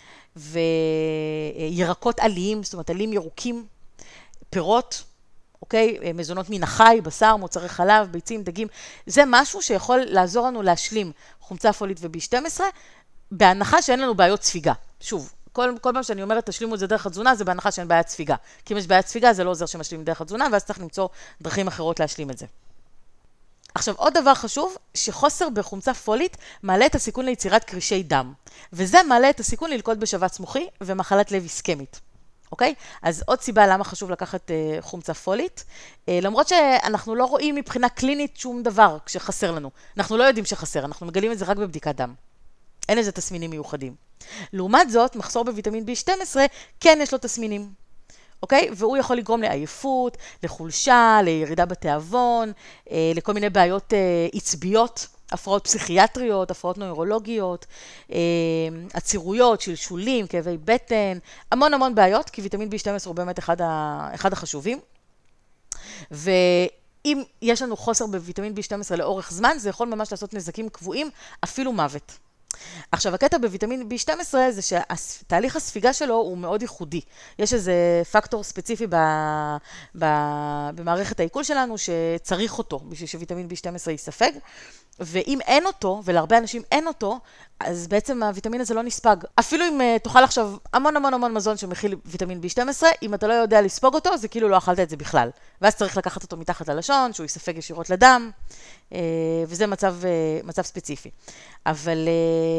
[SPEAKER 2] וירקות עליים, זאת אומרת עלים ירוקים, פירות, אוקיי? מזונות מן החי, בשר, מוצרי חלב, ביצים, דגים. זה משהו שיכול לעזור לנו להשלים חומצה פולית ו-B12, בהנחה שאין לנו בעיות ספיגה. שוב, כל פעם שאני אומרת תשלימו את זה דרך התזונה, זה בהנחה שאין בעיית ספיגה. כי אם יש בעיית ספיגה, זה לא עוזר שמשלים דרך התזונה, ואז צריך למצוא דרכים אחרות להשלים את זה. עכשיו, עוד דבר חשוב, שחוסר בחומצה פולית מעלה את הסיכון ליצירת קרישי דם, וזה מעלה את הסיכון ללקות בשבץ מוחי ומחלת לב איסקמית. אוקיי? אז עוד סיבה למה חשוב לקחת חומצה פולית, למרות שאנחנו לא רואים מבחינה קלינית שום דבר כשחסר לנו. אנחנו לא יודעים שחסר, אנחנו מגלים את זה רק בבדיקת דם. אין לזה תסמינים מיוחדים. לעומת זאת, מחסור בוויטמין B12 כן יש לו תסמינים. אוקיי? והוא יכול לגרום לעייפות, לחולשה, לירידה בתיאבון, לכל מיני בעיות עצביות, הפרעות פסיכיאטריות, הפרעות נוירולוגיות, עצירויות, שלשולים, כאבי בטן, המון בעיות, כי ויטמין B12 הוא באמת אחד החשובים. ואם יש לנו חוסר בוויטמין B12 לאורך זמן, זה יכול ממש לעשות נזקים קבועים, אפילו מוות. עכשיו, הקטע בוויטמין B12 זה שתהליך הספיגה שלו הוא מאוד ייחודי. יש איזה פקטור ספציפי במערכת העיכול שלנו שצריך אותו בשביל שוויטמין B12 ייספג, ואם אין אותו, ולהרבה אנשים אין אותו, אז בעצם הוויטמין הזה לא נספג. אפילו אם תאכל עכשיו המון מזון שמכיל ויטמין B12, אם אתה לא יודע לספוג אותו, זה כאילו לא אכלת את זה בכלל. ואז צריך לקחת אותו מתחת ללשון, שהוא ייספג ישירות לדם, וזה מצב ספציפי. אבל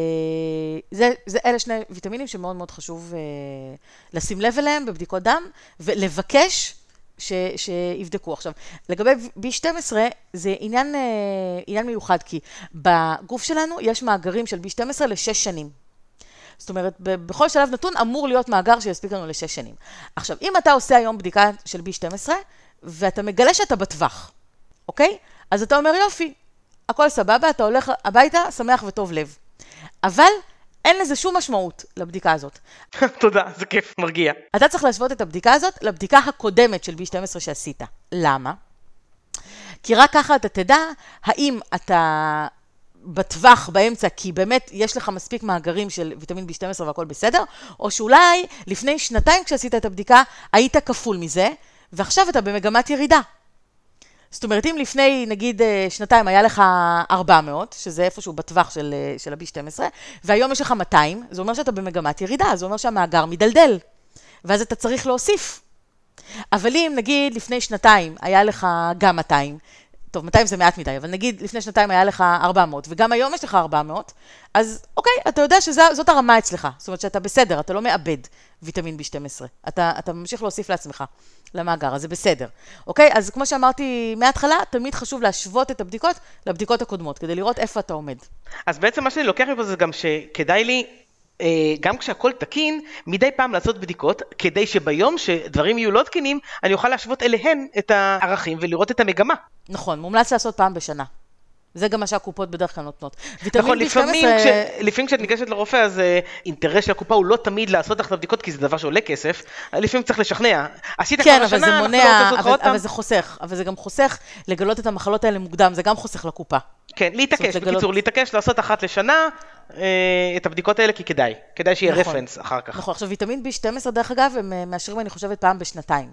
[SPEAKER 2] אלה שני ויטמינים שמאוד חשוב לשים לב אליהם בבדיקות דם, ולבקש שיבדקו. עכשיו, לגבי B12 זה עניין מיוחד, כי בגוף שלנו יש מאגרים של B12 ל6 שנים. זאת אומרת, בכל שלב נתון אמור להיות מאגר שיספיק לנו ל6 שנים. עכשיו, אם אתה עושה היום בדיקה של B12, ואתה מגלה שאתה בטווח, אוקיי? אז אתה אומר, יופי, הכל סבבה, אתה הולך הביתה, שמח וטוב לב. אבל אין לזה שום משמעות לבדיקה הזאת.
[SPEAKER 1] תודה, זה כיף, מרגיע.
[SPEAKER 2] אתה צריך להשוות את הבדיקה הזאת לבדיקה הקודמת של B12 שעשית. למה? כי רק ככה אתה תדע האם אתה בטווח באמצע, כי באמת יש לך מספיק מאגרים של ויטמין B12 והכל בסדר, או שאולי לפני שנתיים כשעשית את הבדיקה היית כפול מזה, ועכשיו אתה במגמת ירידה. זאת אומרת, אם לפני, נגיד, שנתיים היה לך 400, שזה איפשהו בטווח של ה-B12, והיום יש לך 200, זה אומר שאתה במגמת ירידה, זה אומר שהמאגר מדלדל, ואז אתה צריך להוסיף. אבל אם, נגיד, לפני שנתיים היה לך גם 200, טוב, 200 זה מעט מדי, אבל נגיד, לפני שנתיים היה לך 400, וגם היום יש לך 400, אז אוקיי, אתה יודע שזאת הרמה אצלך, זאת אומרת שאתה בסדר, אתה לא מאבד ויטמין B12, אתה ממשיך להוסיף לעצמך למאגר, אז זה בסדר. אוקיי, אז כמו שאמרתי מההתחלה, תמיד חשוב להשוות את הבדיקות לבדיקות הקודמות, כדי לראות איפה אתה עומד.
[SPEAKER 1] אז בעצם מה שאני לוקח מפה זה גם שכדאי לי, גם כשהכל תקין, מדי פעם לעשות בדיקות, כדי שביום שדברים יהיו לא תקינים, אני אוכל להשוות אליהן את הערכים ולראות את המגמה.
[SPEAKER 2] נכון, מומלץ לעשות פעם בשנה. זה גם מה שהקופות בדרך כלל נותנות.
[SPEAKER 1] נכון, לפעמים כשאת ניגשת לרופא, אז אינטרס של הקופה הוא לא תמיד לעשות לך את הבדיקות, כי זה דבר שעולה כסף. לפעמים צריך לשכנע. עשית כבר השנה, אנחנו לא רוצים לעשות עוד פעם.
[SPEAKER 2] אבל זה חוסך. אבל זה גם חוסך לגלות את המחלות האלה מוקדם. זה גם חוסך לקופה.
[SPEAKER 1] כן, להתעקש. בקיצור, להתעקש, לעשות אחת לשנה את הבדיקות האלה, כי כדאי. כדאי שיהיה רפרנס אחר כך.
[SPEAKER 2] נכון, עכשיו ויטמין B12 דרך אגב, הם מאשרים, אני חושבת, פעם בשנתיים.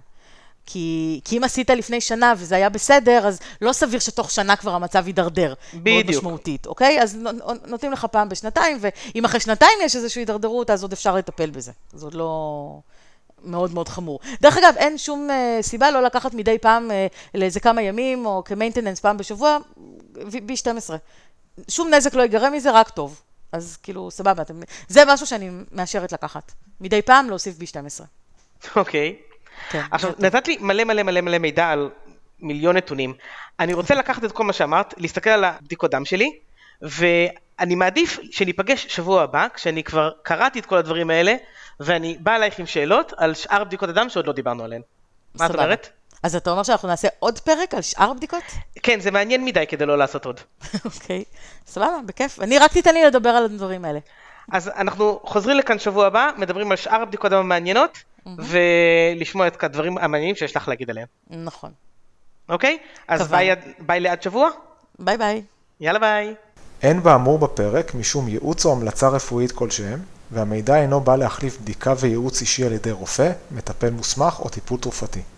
[SPEAKER 2] כי אם עשית לפני שנה וזה היה בסדר, אז לא סביר שתוך שנה כבר המצב יידרדר. מאוד משמעותית, אוקיי? אז נותנים לך פעם בשנתיים, ואם אחרי שנתיים יש איזושהי הידרדרות, אז עוד אפשר לטפל בזה. זה עוד לא מאוד חמור. דרך אגב, אין שום סיבה לא לקחת מדי פעם לאיזה כמה ימים, או כמיינטננס פעם בשבוע, B12. שום נזק לא ייגרם מזה, רק טוב. אז כאילו, סבבה. זה משהו שאני מאשרת לקחת. מדי פעם להוסיף B12.
[SPEAKER 1] אוקיי. עכשיו, נתת לי מלא מידע על מיליון נתונים. אני רוצה לקחת את כל מה שאמרת, להסתכל על הבדיקות דם שלי, ואני מעדיף שניפגש שבוע הבא, כשאני כבר קראתי את כל הדברים האלה, ואני בא אלייך עם שאלות על שאר בדיקות הדם שעוד לא דיברנו עליהן. מה את אומרת?
[SPEAKER 2] אז אתה אומר שאנחנו נעשה עוד פרק על שאר הבדיקות?
[SPEAKER 1] כן, זה מעניין מדי כדי לא לעשות עוד.
[SPEAKER 2] אוקיי, סבבה, בכיף. אני רק תיתן לי לדבר על הדברים האלה.
[SPEAKER 1] אז אנחנו חוזרים לכאן שבוע הבא, מדברים על שאר הבדיקות הדם המעניינות, ולשמוע את הדברים המעניינים שיש לך להגיד עליהם.
[SPEAKER 2] נכון.
[SPEAKER 1] אוקיי? אז ביי לעד שבוע.
[SPEAKER 2] ביי.
[SPEAKER 1] יאללה ביי.
[SPEAKER 3] אין באמור בפרק משום ייעוץ או המלצה רפואית כלשהם, והמידע אינו בא להחליף בדיקה וייעוץ אישי על ידי רופא, מטפל מוסמך או טיפול תרופתי.